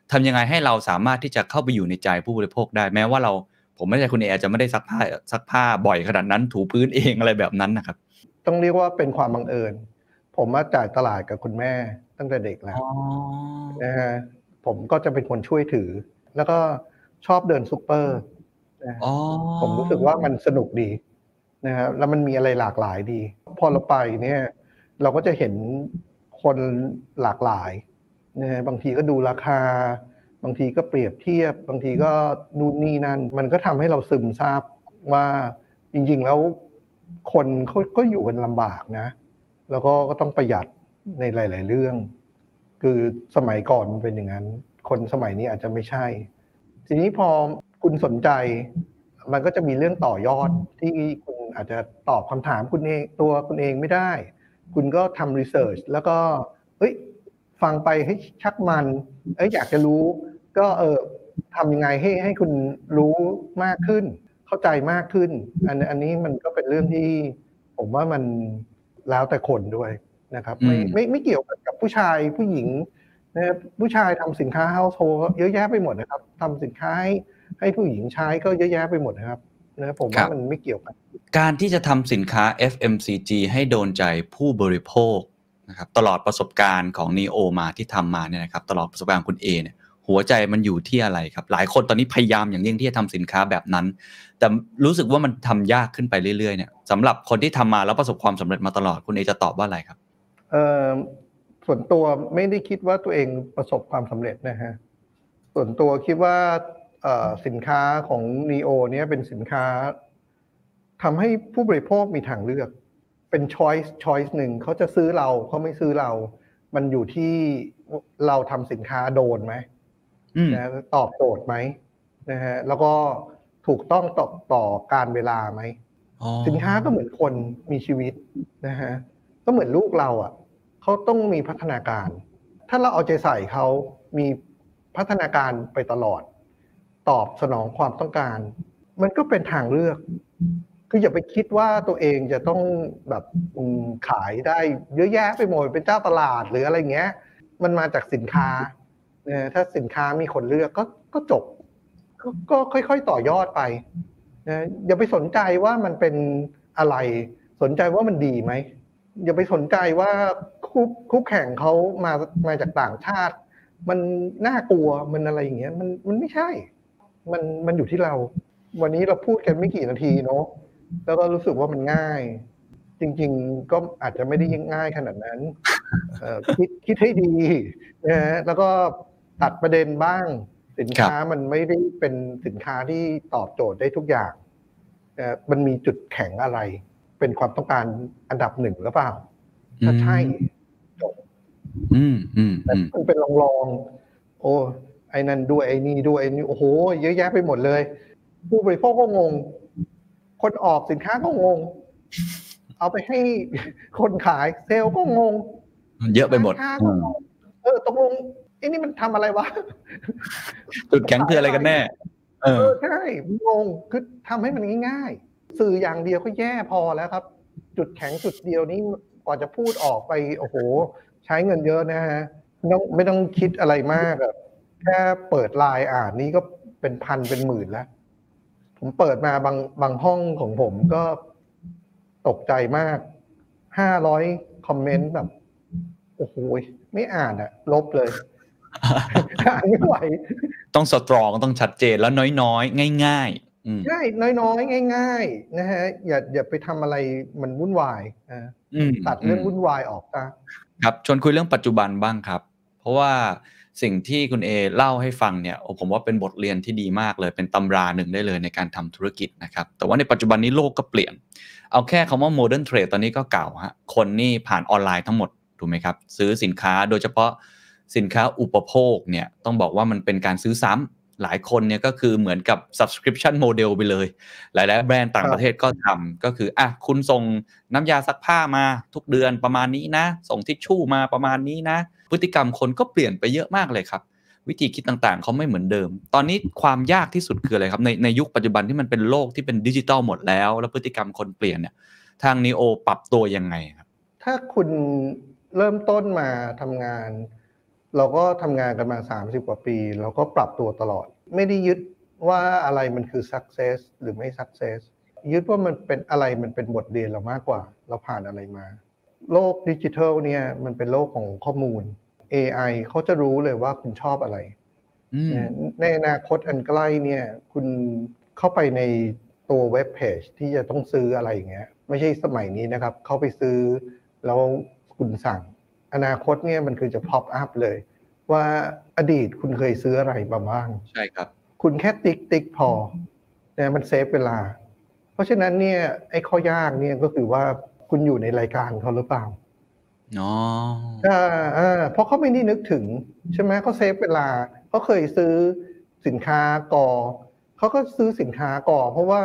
ทำยังไงให้เราสามารถที่จะเข้าไปอยู่ในใจผู้บริโภคได้แม้ว่าผมไม่ใช่คุณเออาจจะไม่ได้ซักผ้าบ่อยขนาดนั้นถูพื้นเองอะไรแบบนั้นนะครับต้องเรียกว่าเป็นความบังเอิญผมมาจ่ายตลาดกับคุณแม่ตั้งแต่เด็กแล้วนะฮะผมก็จะเป็นคนช่วยถือแล้วก็ชอบเดินซุปเปอร์นะผมรู้สึกว่ามันสนุกดีนะครับแล้วมันมีอะไรหลากหลายดีพอเราไปเนี่ยเราก็จะเห็นคนหลากหลายนะฮะบางทีก็ดูราคาบางทีก็เปรียบเทียบบางทีก็นู่นนี่นั่นมันก็ทำให้เราซึมซาบว่าจริงๆแล้วคนเขาก็อยู่กันลำบากนะแล้วก็ต้องประหยัดในหลายๆเรื่องคือสมัยก่อนมันเป็นอย่างนั้นคนสมัยนี้อาจจะไม่ใช่ทีนี้พอคุณสนใจมันก็จะมีเรื่องต่อยอดที่คุณอาจจะตอบคำถามคุณเองตัวคุณเองไม่ได้คุณก็ทำรีเสิร์ชแล้วก็ฟังไปให้ชักมันอยากจะรู้ก็ทำยังไงให้คุณรู้มากขึ้นเข้าใจมากขึ้นอันนี้มันก็เป็นเรื่องที่ผมว่ามันแล้วแต่คนด้วยนะครับไม่เกี่ยวกับผู้ชายผู้หญิงนะครับผู้ชายทำสินค้า household เยอะแยะไปหมดนะครับทำสินค้าให้ผู้หญิงใช้ก็เยอะแยะไปหมดนะครับนะผมว่ามันไม่เกี่ยวกันการที่จะทำสินค้า FMCG ให้โดนใจผู้บริโภคนะครับตลอดประสบการณ์ของ NEO มาที่ทำมาเนี่ยนะครับตลอดประสบการณ์คุณเอเนี่ยหัวใจมันอยู่ที่อะไรครับหลายคนตอนนี้พยายามอย่างยิ่งที่จะทำสินค้าแบบนั้นแต่รู้สึกว่ามันทำยากขึ้นไปเรื่อยๆเนี่ยสำหรับคนที่ทำมาแล้วประสบความสำเร็จมาตลอดคุณเอจะตอบว่าอะไรครับส่วนตัวไม่ได้คิดว่าตัวเองประสบความสำเร็จนะฮะส่วนตัวคิดว่าสินค้าของ NEO เนี่ยเป็นสินค้าทำให้ผู้บริโภคมีทางเลือกเป็น choice หนึ่งเขาจะซื้อเราเขาไม่ซื้อเรามันอยู่ที่เราทำสินค้าโดนไหมนะตอบโจทย์ไหมนะฮะแล้วก็ถูกต้องต่อการเวลาไหมสินค้าก็เหมือนคนมีชีวิตนะฮะก็เหมือนลูกเราอ่ะเขาต้องมีพัฒนาการถ้าเราเอาใจใส่เขามีพัฒนาการไปตลอดตอบสนองความต้องการมันก็เป็นทางเลือกคืออย่าไปคิดว่าตัวเองจะต้องแบบขายได้เยอะแยะไปหมดเป็นเจ้าตลาดหรืออะไรเงี้ยมันมาจากสินค้าถ้าสินค้ามีคนเลือกก็จบก็ค่อยๆต่อยอดไปอย่าไปสนใจว่ามันเป็นอะไรสนใจว่ามันดีไหมอย่าไปสนใจว่าคู่แข่งเขามาจากต่างชาติมันน่ากลัวมันอะไรอย่างเงี้ยมันไม่ใช่มันอยู่ที่เราวันนี้เราพูดกันไม่กี่นาทีเนาะแล้วก็รู้สึกว่ามันง่ายจริงๆก็อาจจะไม่ได้ง่ายขนาดนั้นคิดให้ดีนะฮะแล้วก็ตัดประเด็นบ้างสินค้ามันไม่ได้เป็นสินค้าที่ตอบโจทย์ได้ทุกอย่างมันมีจุดแข็งอะไรเป็นความต้องการอันดับหนึ่งหรือเปล่าถ้าใช่จบแต่มันเป็นลองโอ้ไอ้นั่นด้วยไอ้นี่ด้วยไอ้นี่โอ้โหเยอะแยะไปหมดเลยผู้บริโภคก็งงคนออกสินค้าก็งงเอาไปให้คนขายเซลล์ก็งงเยอะไปหมดตกลงไอ้นี่มันทำอะไรวะจุดแข็งคืออะไรกันแน่ใช่งงคือทำให้มันง่ายๆสื่ออย่างเดียวก็แย่พอแล้วครับจุดแข็งจุดเดียวนี้กว่าจะพูดออกไปโอ้โหใช้เงินเยอะนะฮะไม่ต้องคิดอะไรมากอะแค่เปิดไลน์อ่านนี่ก็เป็นพันเป็นหมื่นแล้วผมเปิดมาบางห้องของผมก็ตกใจมาก500คอมเมนต์แบบโอ้โหไม่อ่านอะลบเลยอ่านไม่ไหวต้องสตรองต้องชัดเจนแล้วน้อยๆง่ายๆใช่น้อยๆง่ายๆนะฮะอย่าไปทำอะไรมันวุ่นวายตัดเรื่องวุ่นวายออกครับชวนคุยเรื่องปัจจุบันบ้างครับเพราะว่าสิ่งที่คุณเอเล่าให้ฟังเนี่ยผมว่าเป็นบทเรียนที่ดีมากเลยเป็นตำราหนึ่งได้เลยในการทำธุรกิจนะครับแต่ว่าในปัจจุบันนี้โลกก็เปลี่ยนเอาแค่คำว่า modern trade ตอนนี้ก็เก่าฮะคนนี่ผ่านออนไลน์ทั้งหมดถูกไหมครับซื้อสินค้าโดยเฉพาะสินค้าอุปโภคเนี่ยต้องบอกว่ามันเป็นการซื้อซ้ำหลายคนเนี่ยก็คือเหมือนกับ subscription model ไปเลยหลายๆแบรนด์ต่างประเทศก็ทำก็คือคุณส่งน้ำยาซักผ้ามาทุกเดือนประมาณนี้นะส่งทิชชู่มาประมาณนี้นะพฤติกรรมคนก็เปลี่ยนไปเยอะมากเลยครับวิธีคิดต่างๆเขาไม่เหมือนเดิมตอนนี้ความยากที่สุดคืออะไรครับในยุคปัจจุบันที่มันเป็นโลกที่เป็นดิจิทัลหมดแล้วพฤติกรรมคนเปลี่ยนเนี่ยทาง NEO ปรับตัวยังไงครับถ้าคุณเริ่มต้นมาทำงานเราก็ทำงานกันมา30กว่าปีเราก็ปรับตัวตลอดไม่ได้ยึดว่าอะไรมันคือ success หรือไม่ success ยึดว่ามันเป็นอะไรมันเป็นบทเรียนเรามากกว่าเราผ่านอะไรมาโลกดิจิทัลเนี่ยมันเป็นโลกของข้อมูล AI เขาจะรู้เลยว่าคุณชอบอะไรในอนาคตอันใกล้เนี่ยคุณเข้าไปในตัวเว็บเพจที่จะต้องซื้ออะไรอย่างเงี้ยไม่ใช่สมัยนี้นะครับเข้าไปซื้อแล้วคุณสั่งอนาคตเนี่ยมันคือจะ pop up เลยว่าอดีตคุณเคยซื้ออะไรมาบ้างใช่ครับคุณแค่ติ๊กพอเนี่ยมันเซฟเวลาเพราะฉะนั้นเนี่ยไอ้ข้อยากเนี่ยก็คือว่าคุณอยู่ในรายการเขาหรือเปล่าอ๋อเพราะเขาไม่ได้นึกถึงใช่ไหมเขาเซฟเวลาเขาเคยซื้อสินค้าก่อเขาก็ซื้อสินค้าก่อเพราะว่า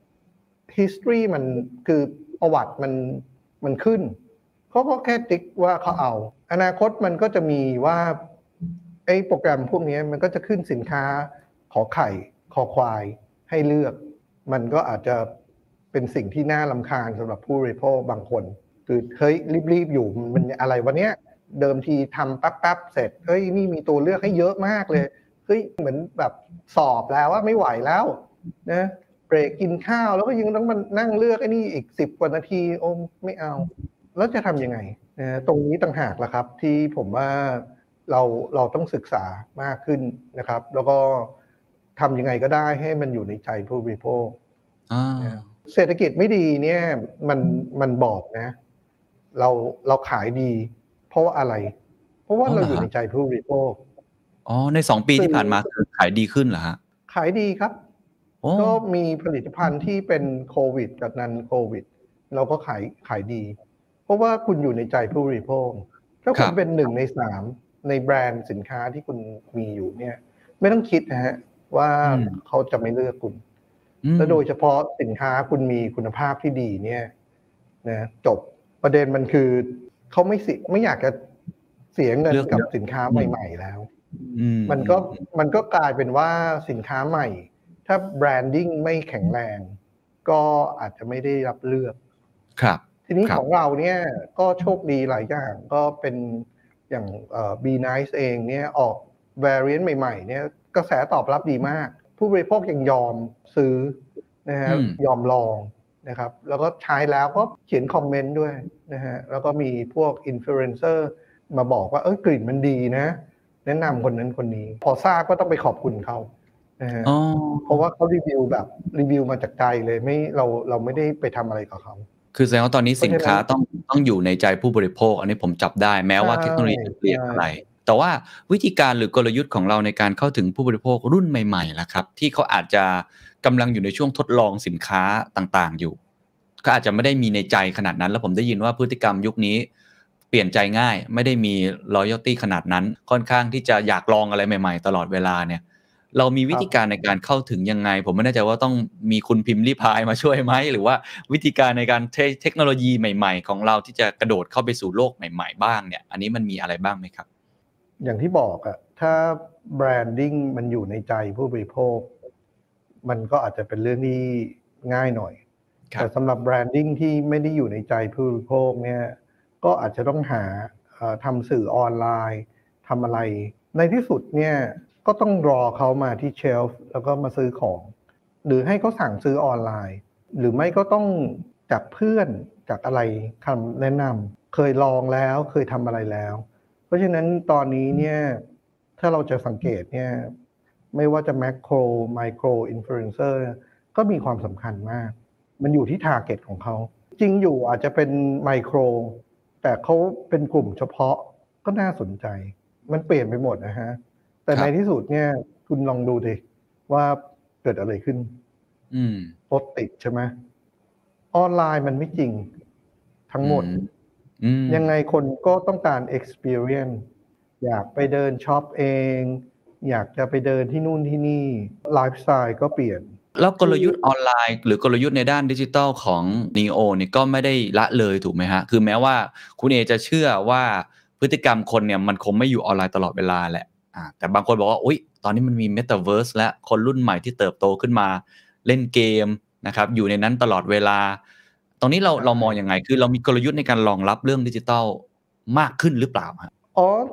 history มันคือประวัติมันขึ้นเขาก็แค่ติ๊กว่าเขาเอาอนาคตมันก็จะมีว่าไอ้โปรแกรมพวกนี้มันก็จะขึ้นสินค้าขอไข่คอควายให้เลือกมันก็อาจจะเป็นสิ่งที่น่ารำคาญสำหรับผู้บริโภคบางคนคือเฮ้ยรีบอยู่มันอะไรวะเนี้ยเดิมทีทำแป๊บเสร็จเฮ้ยนี่มีตัวเลือกให้เยอะมากเลยเฮ้ยเหมือนแบบสอบแล้วว่าไม่ไหวแล้วนะเบรกกินข้าวแล้วก็ยังต้องมานั่งเลือกไอ้นี่อีก10กว่านาทีโอ้ไม่เอาแล้วจะทำยังไงตรงนี้ต่างหากล่ะครับที่ผมว่าเราต้องศึกษามากขึ้นนะครับแล้วก็ทำยังไงก็ได้ให้มันอยู่ในใจผู้บริโภคเศรษฐกิจไม่ดีเนี่ยมันบอกนะเราขายดีเพราะว่าอะไรเพราะว่าเราอยู่ในใจผู้บริโภคใน2ปีที่ผ่านมาคือขายดีขึ้นเหรอฮะขายดีครับก็มีผลิตภัณฑ์ที่เป็นโควิดกับนันโควิดเราก็ขายดีเพราะว่าคุณอยู่ในใจผู้บริโภคถ้าคุณเป็น1ใน3ในแบรนด์สินค้าที่คุณมีอยู่เนี่ยไม่ต้องคิดนะฮะว่าเขาจะไม่เลือกคุณและโดยเฉพาะสินค้าคุณมีคุณภาพที่ดีเนี่ยนะจบประเด็นมันคือเขาไม่อยากจะเสียเงินกับสินค้าใหม่ๆแล้วมันก็กลายเป็นว่าสินค้าใหม่ถ้าแบรนดิ้งไม่แข็งแรงก็อาจจะไม่ได้รับเลือกครับทีนี้ของเราเนี่ยก็โชคดีหลายอย่างก็เป็นอย่างBe Nice เองเนี่ยออก variant ใหม่ๆเนี่ยกระแสตอบรับดีมากผู้บริโภคยังยอมซื้อนะฮะยอมลองนะครับแล้วก็ใช้แล้วก็เขียนคอมเมนต์ด้วยนะฮะแล้วก็มีพวกอินฟลูเอนเซอร์มาบอกว่ากลิ่นมันดีนะแนะนำคนนั้นคนนี้พอทราบก็ต้องไปขอบคุณเขานะฮะเพราะว่าเขารีวิวมาจากใจเลยไม่เราไม่ได้ไปทำอะไรกับเขาคือแสดงว่าตอนนี้สินค้าต้องอยู่ในใจผู้บริโภคอันนี้ผมจับได้แม้ว่าเทคโนโลยีจะเปลี่ยนอะไรแต่ว่าวิธีการหรือกลยุทธ์ของเราในการเข้าถึงผู้บริโภครุ่นใหม่ๆล่ะครับที่เขาอาจจะกำลังอยู่ในช่วงทดลองสินค้าต่างๆอยู่ก็อาจจะไม่ได้มีในใจขนาดนั้นแล้วผมได้ยินว่าพฤติกรรมยุคนี้เปลี่ยนใจง่ายไม่ได้มี loyalty ขนาดนั้นค่อนข้างที่จะอยากลองอะไรใหม่ๆตลอดเวลาเนี่ยเรามีวิธีการในการเข้าถึงยังไงผมไม่แน่ใจว่าต้องมีคุณพิมพ์ริพายมาช่วยไหมหรือว่าวิธีการในการเทคโนโลยีใหม่ๆของเราที่จะกระโดดเข้าไปสู่โลกใหม่ๆบ้างเนี่ยอันนี้มันมีอะไรบ้างไหมครับอย่างที่บอกอะถ้าแบรนดิ้งมันอยู่ในใจผู้บริโภคมันก็อาจจะเป็นเรื่องที่ง่ายหน่อยแต่สำหรับแบรนดิ้งที่ไม่ได้อยู่ในใจผู้บริโภคเนี่ยก็อาจจะต้องหาทำสื่อออนไลน์ทำอะไรในที่สุดเนี่ยก็ต้องรอเขามาที่เชลฟ์แล้วก็มาซื้อของหรือให้เขาสั่งซื้อออนไลน์หรือไม่ก็ต้องจากเพื่อนจากอะไรคำแนะนำเคยลองแล้วเคยทำอะไรแล้วเพราะฉะนั้นตอนนี้เนี่ยถ้าเราจะสังเกตเนี่ยไม่ว่าจะแมคโครไมโครอินฟลูเอนเซอร์ก็มีความสำคัญมากมันอยู่ที่ทาร์เก็ตของเขาจริงอยู่อาจจะเป็นไมโครแต่เขาเป็นกลุ่มเฉพาะก็น่าสนใจมันเปลี่ยนไปหมดนะฮะแต่ในที่สุดเนี่ยคุณลองดูดิว่าเกิดอะไรขึ้นรถติดใช่ไหมออนไลน์มันไม่จริงทั้งหมดยังไงคนก็ต้องการ experience อยากไปเดินช็อปเองอยากจะไปเดินที่นู่นที่นี่ไลฟ์สไตล์ก็เปลี่ยนแล้วกลยุทธ์ออนไลน์หรือกลยุทธ์ในด้านดิจิทัลของ NEO เนี่ยก็ไม่ได้ละเลยถูกไหมฮะคือแม้ว่าคุณเอจะเชื่อว่าพฤติกรรมคนเนี่ยมันคงไม่อยู่ออนไลน์ตลอดเวลาแหละแต่บางคนบอกว่าอุ๊ยตอนนี้มันมี Metaverse และคนรุ่นใหม่ที่เติบโตขึ้นมาเล่นเกมนะครับอยู่ในนั้นตลอดเวลาตรงนี้เรามองยังไงคือเรามีกลยุทธ์ในการรองรับเรื่องดิจิทัลมากขึ้นหรือเปล่าฮะ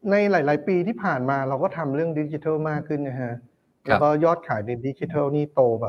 ในหลายๆปีที่ผ่านมาเราก็ทำเรื่องดิจิทัลมากขึ้นนะฮะแล้วก็ยอดขายในดิจิทัลนี่โตแบบ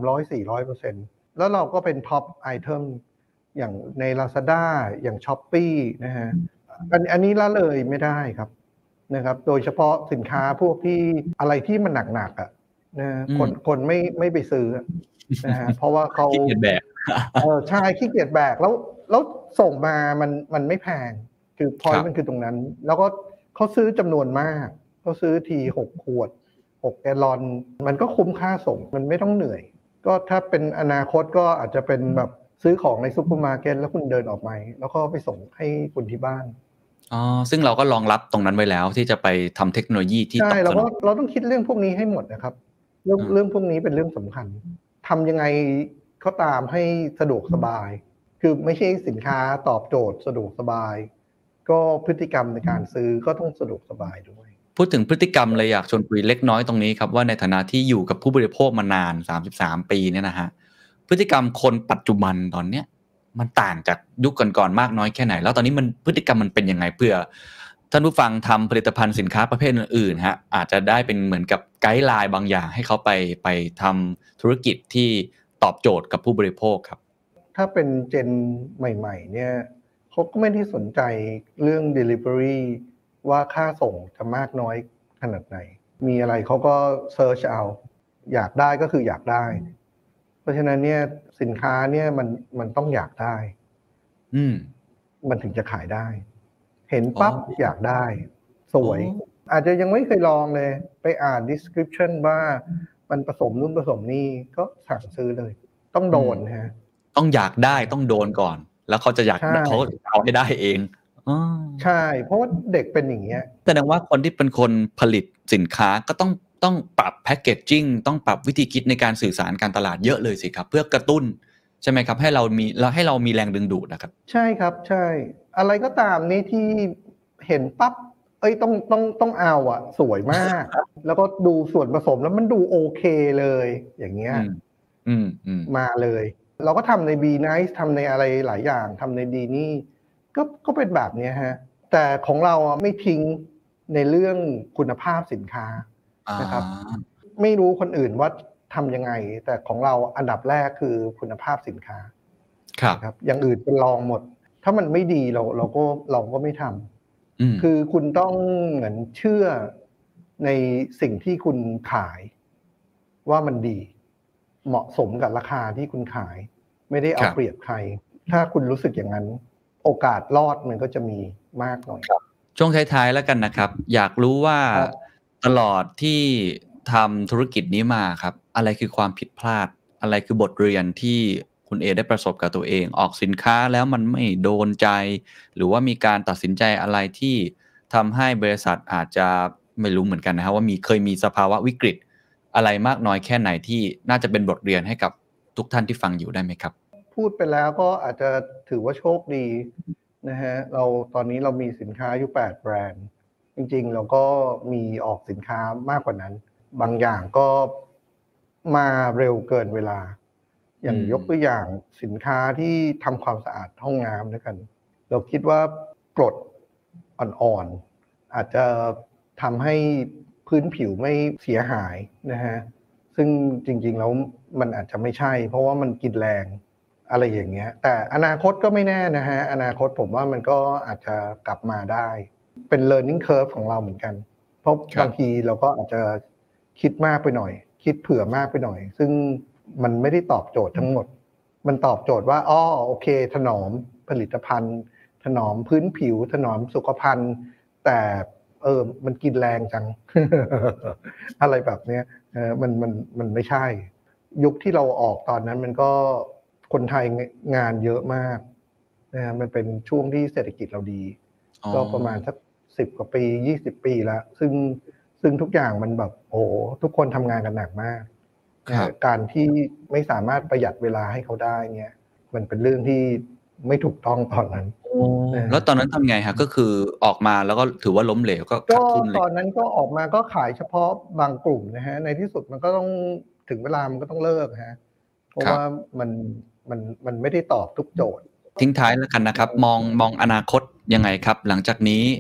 300-400% แล้วเราก็เป็นท็อปไอเทมอย่างใน Lazada อย่าง Shopee นะฮะอันนี้ละเลยไม่ได้ครับนะครับโดยเฉพาะสินค้าพวกที่อะไรที่มันหนักๆอ่ะนะคนไม่ไปซื้อนะฮะเพราะว่าเขาขี้เกียจแบกใช่ขี้เกียจแบกแล้วส่งมามันไม่แพงคือพอยต์มันคือตรงนั้นแล้วก็เขาซื้อจำนวนมากเขาซื้อที6 ขวด 6 แกลลอนมันก็คุ้มค่าส่งมันไม่ต้องเหนื่อยก็ถ้าเป็นอนาคตก็อาจจะเป็นแบบซื้อของในซุปเปอร์มาร์เก็ตแล้วคุณเดินออกมาแล้วก็ไปส่งให้คุณที่บ้านซึ่งเราก็รองรับตรงนั้นไว้แล้วที่จะไปทำเทคโนโลยีที่ตอบสนองใช่เราต้องคิดเรื่องพวกนี้ให้หมดนะครับเรื่องพวกนี้เป็นเรื่องสำคัญทำยังไงก็ตามให้สะดวกสบายคือไม่ใช่สินค้าตอบโจทย์สะดวกสบายก็พฤติกรรมในการซื้อก็ต้องสะดวกสบายด้วยพูดถึงพฤติกรรมเลยอยากชวนคุยเล็กน้อยตรงนี้ครับว่าในฐานะที่อยู่กับผู้บริโภคมานาน33 ปีเนี่ยนะฮะพฤติกรรมคนปัจจุบันตอนเนี้ยมันต่างจากยุคก่อนๆมากน้อยแค่ไหนแล้วตอนนี้มันพฤติกรรมมันเป็นยังไงเพื่อท่านผู้ฟังทำผลิตภัณฑ์สินค้าประเภทอื่นๆฮะอาจจะได้เป็นเหมือนกับไกด์ไลน์บางอย่างให้เขาไปทำธุรกิจที่ตอบโจทย์กับผู้บริโภคครับถ้าเป็นเจนใหม่ๆเนี่ยเขาก็ไม่ได้สนใจเรื่อง delivery ว่าค่าส่งจะมากน้อยขนาดไหนมีอะไรเขาก็เซิร์ชเอาอยากได้ก็คืออยากได้เพราะฉะนั้นเนี่ยสินค้าเนี่ยมันต้องอยากได้มันถึงจะขายได้เห็นปั๊บอยากได้สวยอาจจะยังไม่เคยลองเลยไปอ่าน description ว่ามันผสมนู่นผสมนี่ก็สั่งซื้อเลยต้องโดนฮะต้องอยากได้ต้องโดนก่อนแล้วเขาจะอยากเขาเอาให้ได้เองใช่เพราะว่าเด็กเป็นอย่างเงี้ยแสดงว่าคนที่เป็นคนผลิตสินค้าก็ต้องปรับแพคเกจจิ้งต้องปรับวิธีคิดในการสื่อสารการตลาดเยอะเลยสิครับเพื่อกระตุ้นใช่ไหมครับให้เรามีแรงดึงดูดนะครับใช่ครับใช่อะไรก็ตามนี่ที่เห็นปั๊บต้องเอาอ่ะสวยมากแล้วก็ดูส่วนผสมแล้วมันดูโอเคเลยอย่างเงี้ยมาเลยเราก็ทำใน B Nice ทำในอะไรหลายอย่างทำในดีนี่ก็เป็นแบบนี้ฮะแต่ของเราไม่ทิ้งในเรื่องคุณภาพสินค้านะครับไม่รู้คนอื่นว่าทำยังไงแต่ของเราอันดับแรกคือคุณภาพสินค้าครับอย่างอื่นเป็นรองหมดถ้ามันไม่ดีเราก็ไม่ทำคือคุณต้องเหมือนเชื่อในสิ่งที่คุณขายว่ามันดีเหมาะสมกับราคาที่คุณขายไม่ได้เอาเปรียบใครถ้าคุณรู้สึกอย่างนั้นโอกาสรอดมันก็จะมีมากหน่อยช่วงท้ายๆแล้วกันนะครับอยากรู้ว่าตลอดที่ทำธุรกิจนี้มาครับอะไรคือความผิดพลาดอะไรคือบทเรียนที่คุณเอได้ประสบกับตัวเองออกสินค้าแล้วมันไม่โดนใจหรือว่ามีการตัดสินใจอะไรที่ทำให้บริษัทอาจจะไม่รู้เหมือนกันนะครับว่าเคยมีสภาวะวิกฤตอะไรมากน้อยแค่ไหนที่น่าจะเป็นบทเรียนให้กับทุกท่านที่ฟังอยู่ได้ไหมครับพูดไปแล้วก็อาจจะถือว่าโชคดีนะฮะตอนนี้เรามีสินค้าอยู่8 แบรนด์จริงๆเราก็มีออกสินค้ามากกว่านั้นบางอย่างก็มาเร็วเกินเวลาอย่างยกตัวอย่างสินค้าที่ทำความสะอาดห้องน้ำด้วยกันเราคิดว่ากรดอ่อนๆอาจจะทำให้พื้นผิวไม่เสียหายนะฮะซึ่งจริงๆแล้วมันอาจจะไม่ใช่เพราะว่ามันกินแรงอะไรอย่างเงี้ยแต่อนาคตก็ไม่แน่นะฮะอนาคตผมว่ามันก็อาจจะกลับมาได้เป็น learning curve ของเราเหมือนกันเพราะบางทีเราก็อาจจะคิดมากไปหน่อยคิดเผื่อมากไปหน่อยซึ่งมันไม่ได้ตอบโจทย์ทั้งหมดมันตอบโจทย์ว่าโอเคถนอมผลิตภัณฑ์ถนอมพื้นผิวถนอมสุขภัณฑ์แต่มันกินแรงจัง อะไรแบบเนี้ยมันไม่ใช่ยุคที่เราออกตอนนั้นมันก็คนไทยงานเยอะมากนะมันเป็นช่วงที่เศรษฐกิจเราดีก็ประมาณสัก10 กว่าปี20 ปีแล้วซึ่งทุกอย่างมันแบบทุกคนทำงานกันหนักมากการที่ไม่สามารถประหยัดเวลาให้เขาได้เนี่ยมันเป็นเรื่องที่ไม่ถูกต้องตอนนั้นแล้วตอนนั้นทำไงฮะก็คือออกมาแล้วก็ถือว่าล้มเหลวก็ขาดทุนเลยตอนนั้นก็ออกมาก็ขายเฉพาะบางกลุ่มนะฮะในที่สุดมันก็ต้องถึงเวลามันก็ต้องเลิกฮะเพราะว่ามันไม่ได้ตอบทุกโจทย์ทิ้งท้ายแล้วกันนะครับมองอนาคตยังไงครับหลังจากนี้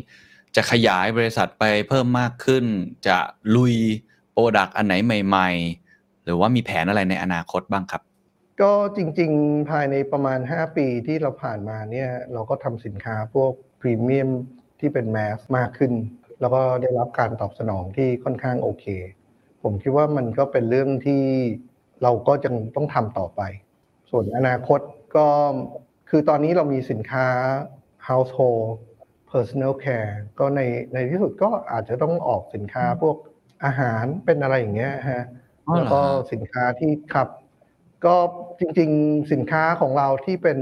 จะขยายบริษัทไปเพิ่มมากขึ้นจะลุยโปรดักต์อันไหนใหม่ๆหรือว่ามีแผนอะไรในอนาคตบ้างครับก็จริงๆภายในประมาณ5ปีที่เราผ่านมาเนี่ยเราก็ทำสินค้าพวกพรีเมียมที่เป็นแมสมากขึ้นแล้วก็ได้รับการตอบสนองที่ค่อนข้างโอเคผมคิดว่ามันก็เป็นเรื่องที่เราก็ยังต้องทำต่อไปส่วนอนาคตก็คือตอนนี้เรามีสินค้า household personal care ก็ในที่สุดก็อาจจะต้องออกสินค้าพวกอาหารเป็นอะไรอย่างเงี้ยฮะแล้วก็สินค้าที่ครับก็จริงๆสินค้าของเราที่เป็น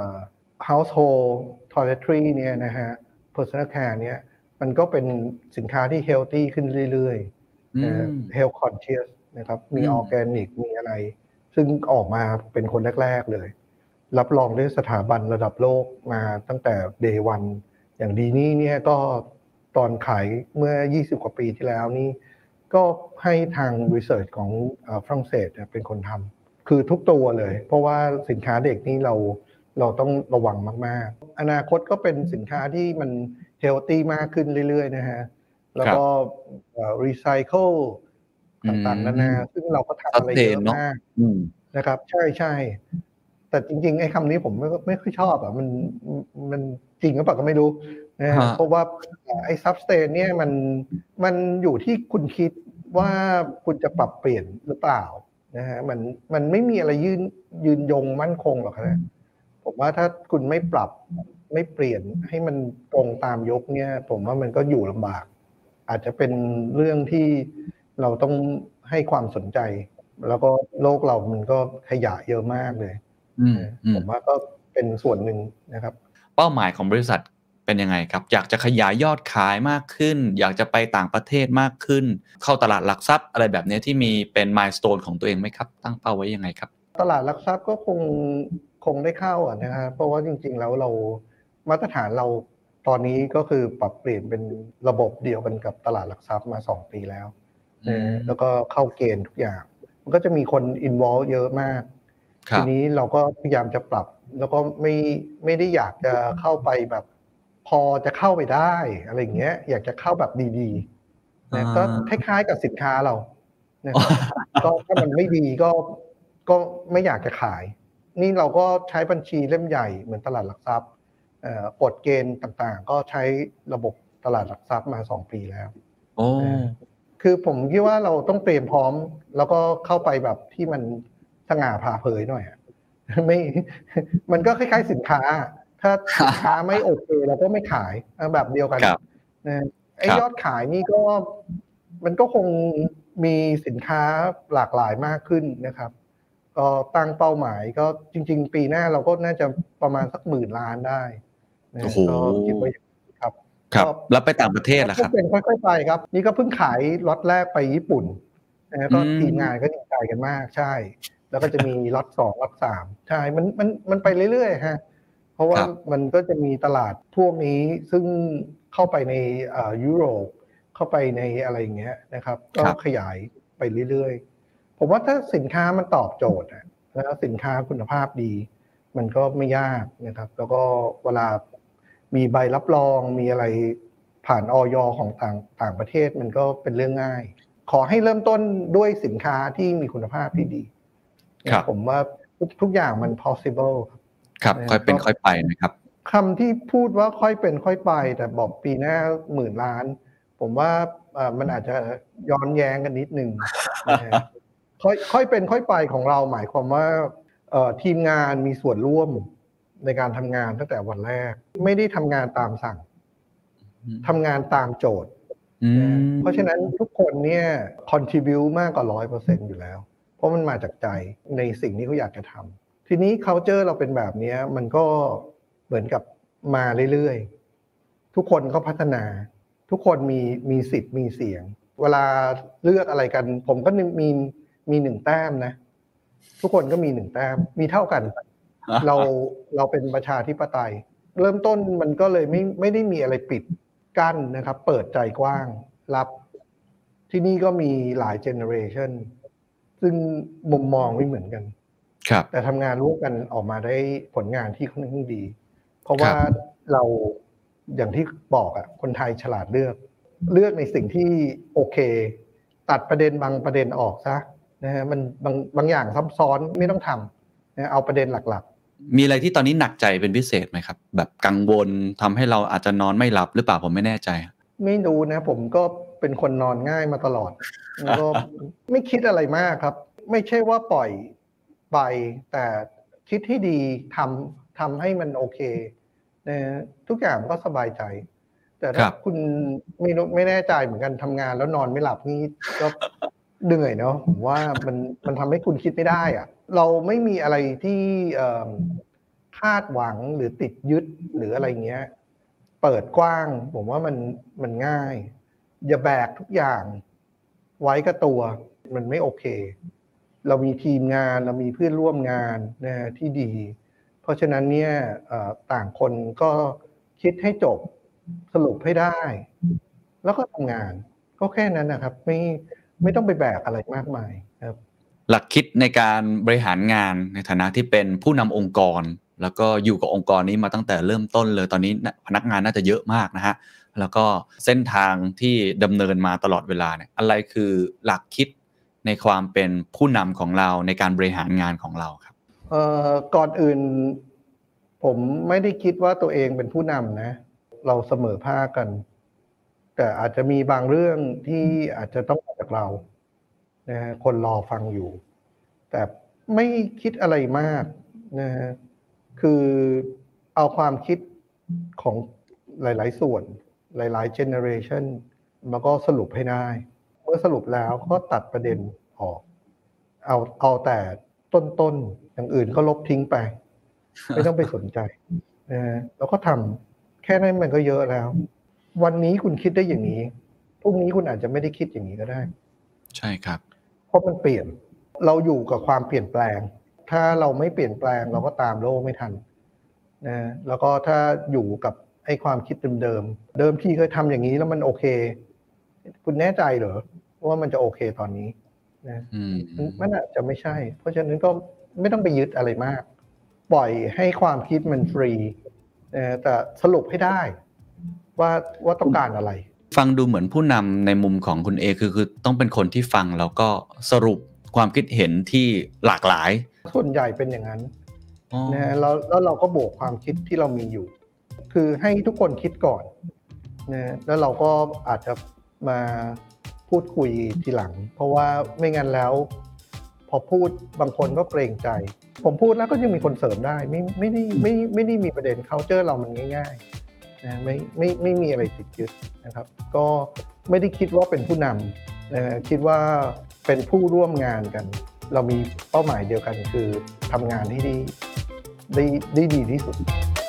household toiletry เนี่ยนะฮะ personal care เนี่ยมันก็เป็นสินค้าที่ healthy ขึ้นเรื่อยๆhealth conscious นะครับมีออร์แกนิกมีอะไรซึ่งออกมาเป็นคนแรกๆเลยรับรองด้วยสถาบันระดับโลกมาตั้งแต่ day one อย่างดีนี่เนี่ยก็ตอนขายเมื่อ20กว่าปีที่แล้วนี่ก็ให้ทาง research ของฝรั่งเศสเป็นคนทำคือทุกตัวเลยเพราะว่าสินค้าเด็กนี่เราต้องระวังมากๆอนาคตก็เป็นสินค้าที่มันเฮลตี้มากขึ้นเรื่อยๆนะฮะแล้วก็รีไซเคิลต่างๆนานาซึ่งเราก็ทำอะไรเยอะมากนะครับใช่ๆแต่จริงๆไอ้คำนี้ผมไม่ค่อยชอบอ่ะมันจริงหรือเปล่าก็ไม่รู้นะฮะเพราะว่าไอ้ sustain เนี่ยมันอยู่ที่คุณคิดว่าคุณจะปรับเปลี่ยนหรือเปล่านะฮะมันไม่มีอะไรยืนยงมั่นคงหรอกนะผมว่าถ้าคุณไม่ปรับไม่เปลี่ยนให้มันตรงตามยุคเนี่ยผมว่ามันก็อยู่ลำบากอาจจะเป็นเรื่องที่เราต้องให้ความสนใจแล้วก็โลกเรามันก็ขยายเยอะมากเลยผมว่าก็เป็นส่วนหนึ่งนะครับเป้าหมายของบริษัทเป็นยังไงครับอยากจะขยายยอดขายมากขึ้นอยากจะไปต่างประเทศมากขึ้นเข้าตลาดหลักทรัพย์อะไรแบบนี้ที่มีเป็นมายสโตนของตัวเองไหมครับตั้งเป้าไว้ยังไงครับตลาดหลักทรัพย์ก็คงได้เข้านะครับเพราะว่าจริงๆแล้วเรามาตรฐานเราตอนนี้ก็คือปรับเปลี่ยนเป็นระบบเดียวกันกับตลาดหลักทรัพย์มา2ปีแล้วแล้วก็เข้าเกณฑ์ทุกอย่างมันก็จะมีคน involve เยอะมากทีนี้เราก็พยายามจะปรับแล้วก็ไม่ได้อยากจะเข้าไปแบบพอจะเข้าไปได้อะไรอย่างเงี้ยอยากจะเข้าแบบดีๆนะก็คล้ายๆกับสินค้าเรานะครับก็ถ้ามันไม่ดีก็ไม่อยากจะขายนี่เราก็ใช้บัญชีเล่มใหญ่เหมือนตลาดหลักทรัพย์กฎเกณฑ์ต่างๆก็ใช้ระบบตลาดหลักทรัพย์มา2ปีแล้วคือผมคิดว่าเราต้องเตรียมพร้อมแล้วก็เข้าไปแบบที่มันสง่าผ่าเผยหน่อยไม่มันก็คล้ายๆสินค้าถ้าสินค้าไม่โอเคเราก็ไม่ขายแบบเดียวกันนะไอ้ยอดขายนี่ก็มันก็คงมีสินค้าหลากหลายมากขึ้นนะครับก็ตั้งเป้าหมายก็จริงๆปีหน้าเราก็น่าจะประมาณสัก10,000 ล้านได้ก็คิดว่าครับแล้วไปต่างประเทศล่ะครับเป็นค่อยๆไปครับนี่ก็เพิ่งขายล็อตแรกไปญี่ปุ่นนะก็ทีมงานก็ดีใจกันมากใช่แล้วก็จะมีล็อต2ล็อต3ใช่มันไปเรื่อยๆฮะเพราะว่ามันก็จะมีตลาดพวกนี้ซึ่งเข้าไปในยุโรปเข้าไปในอะไรอย่างเงี้ยนะครับก็ขยายไปเรื่อยๆผมว่าถ้าสินค้ามันตอบโจทย์แล้วสินค้าคุณภาพดีมันก็ไม่ยากนะครับแล้วก็เวลามีใบรับรองมีอะไรผ่านอย.ของต่างประเทศมันก็เป็นเรื่องง่ายขอให้เริ่มต้นด้วยสินค้าที่มีคุณภาพที่ดีผมว่าทุกอย่างมัน possible ครับค่อยเป็นค่อยไปนะครับคำที่พูดว่าค่อยเป็นค่อยไปแต่บอกปีหน้า10,000 ล้านผมว่ามันอาจจะย้อนแย้งกันนิดนึงค่อยเป็นค่อยไปของเราหมายความว่าทีมงานมีส่วนร่วมในการทำงานตั้งแต่วันแรกไม่ได้ทำงานตามสั่งทำงานตามโจทย์เพราะฉะนั้นทุกคนเนี่ย contribute มากกว่า 100% อยู่แล้วเพราะมันมาจากใจในสิ่งที่เขาอยากจะทำทีนี้ culture เราเป็นแบบนี้มันก็เหมือนกับมาเรื่อยๆทุกคนก็พัฒนาทุกคนมีสิทธิ์มีเสียงเวลาเลือกอะไรกันผมก็มี1แต้มนะทุกคนก็มี1แต้มมีเท่ากันเราเป็นประชาธิปไตยเริ่มต้นมันก็เลยไม่ได้มีอะไรปิดกั้นนะครับเปิดใจกว้างรับที่นี่ก็มีหลายเจเนอเรชันซึ่งมุมมองไม่เหมือนกันแต่ทำงานร่วมกันออกมาได้ผลงานที่ค่อนข้างดีเพราะว่าอย่างที่บอกอ่ะคนไทยฉลาดเลือกในสิ่งที่โอเคตัดประเด็นบางประเด็นออกซะนะฮะมันบางอย่างซับซ้อนไม่ต้องทำนะเอาประเด็นหลักมีอะไรที่ตอนนี้หนักใจเป็นพิเศษไหมครับแบบกังวลทำให้เราอาจจะนอนไม่หลับหรือเปล่าผมไม่แน่ใจไม่รู้นะผมก็เป็นคนนอนง่ายมาตลอดแล้วก็ไม่คิดอะไรมากครับไม่ใช่ว่าปล่อยไปแต่คิดให้ดีทำให้มันโอเคนะทุกอย่างก็สบายใจแต่ถ้าคุณไม่แน่ใจเหมือนกันทำงานแล้วนอนไม่หลับนี่ก็เหนื่อยเนาะผมว่ามันทำให้คุณคิดไม่ได้อะเราไม่มีอะไรที่คาดหวังหรือติดยึดหรืออะไรเงี้ยเปิดกว้างผมว่ามันง่ายอย่าแบกทุกอย่างไว้กับตัวมันไม่โอเคเรามีทีมงานเรามีเพื่อนร่วมงานนะที่ดีเพราะฉะนั้นเนี่ยต่างคนก็คิดให้จบสรุปให้ได้แล้วก็ทำงานก็แค่นั้นนะครับไม่ต้องไปแบกอะไรมากมายครับหลักคิดในการบริหารงานในฐานะที่เป็นผู้นำองค์กรแล้วก็อยู่กับองค์กรนี้มาตั้งแต่เริ่มต้นเลยตอนนี้พนักงานน่าจะเยอะมากนะฮะแล้วก็เส้นทางที่ดำเนินมาตลอดเวลาเนี่ยอะไรคือหลักคิดในความเป็นผู้นำของเราในการบริหารงานของเราครับก่อนอื่นผมไม่ได้คิดว่าตัวเองเป็นผู้นำนะเราเสมอภาคกันแต่อาจจะมีบางเรื่องที่อาจจะต้องมาจากเรานะฮะคนรอฟังอยู่แต่ไม่คิดอะไรมากนะฮะคือเอาความคิดของหลายๆส่วนหลายๆ generation แล้วก็สรุปให้ได้เมื่อสรุปแล้วก็ตัดประเด็นออกเอาแต่ต้นอย่างอื่นก็ลบทิ้งไปไม่ต้องไปสนใจนะฮะแล้วก็ทำแค่นั้นมันก็เยอะแล้ววันนี้คุณคิดได้อย่างนี้พรุ่งนี้คุณอาจจะไม่ได้คิดอย่างนี้ก็ได้ใช่ครับเพราะมันเปลี่ยนเราอยู่กับความเปลี่ยนแปลงถ้าเราไม่เปลี่ยนแปลงเราก็ตามโลกไม่ทันนะแล้วก็ถ้าอยู่กับไอ้ความคิดเดิมที่เคยทำอย่างนี้แล้วมันโอเคคุณแน่ใจเหรอว่ามันจะโอเคตอนนี้นะมันอาจจะไม่ใช่เพราะฉะนั้นก็ไม่ต้องไปยึดอะไรมากปล่อยให้ความคิดมันฟรีแต่สรุปให้ได้ว่าต้องการอะไรฟังดูเหมือนผู้นำในมุมของคุณเอคือต้องเป็นคนที่ฟังแล้วก็สรุปความคิดเห็นที่หลากหลายส่วนใหญ่เป็นอย่างนั้นนะแล้วเราก็บวกความคิดที่เรามีอยู่คือให้ทุกคนคิดก่อนนะแล้วเราก็อาจจะมาพูดคุยทีหลังเพราะว่าไม่งั้นแล้วพอพูดบางคนก็เกรงใจผมพูดแล้วก็ยังมีคนเสริมได้ไม่ได้มีประเด็น culture เรามันง่ายๆนะไม่มีอะไรติดยึดนะครับก็ไม่ได้คิดว่าเป็นผู้นำนะคิดว่าเป็นผู้ร่วมงานกันเรามีเป้าหมายเดียวกันคือทำงานให้ได้ดีที่สุด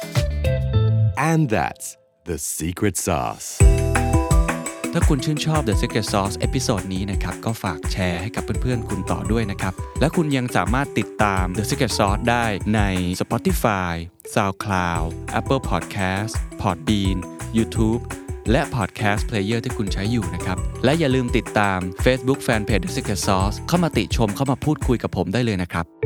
And that's the secret sauce ถ้าคุณชื่นชอบ The Secret Sauce เอพิโซดนี้นะครับก็ฝากแชร์ให้กับเพื่อนๆคุณต่อด้วยนะครับและคุณยังสามารถติดตาม The Secret Sauce ได้ใน Spotify, SoundCloud, Apple Podcast, Podbean, YouTube และ Podcast Player ที่คุณใช้อยู่นะครับและอย่าลืมติดตาม Facebook Fanpage The Secret Sauce เข้ามาติชมเข้ามาพูดคุยกับผมได้เลยนะครับ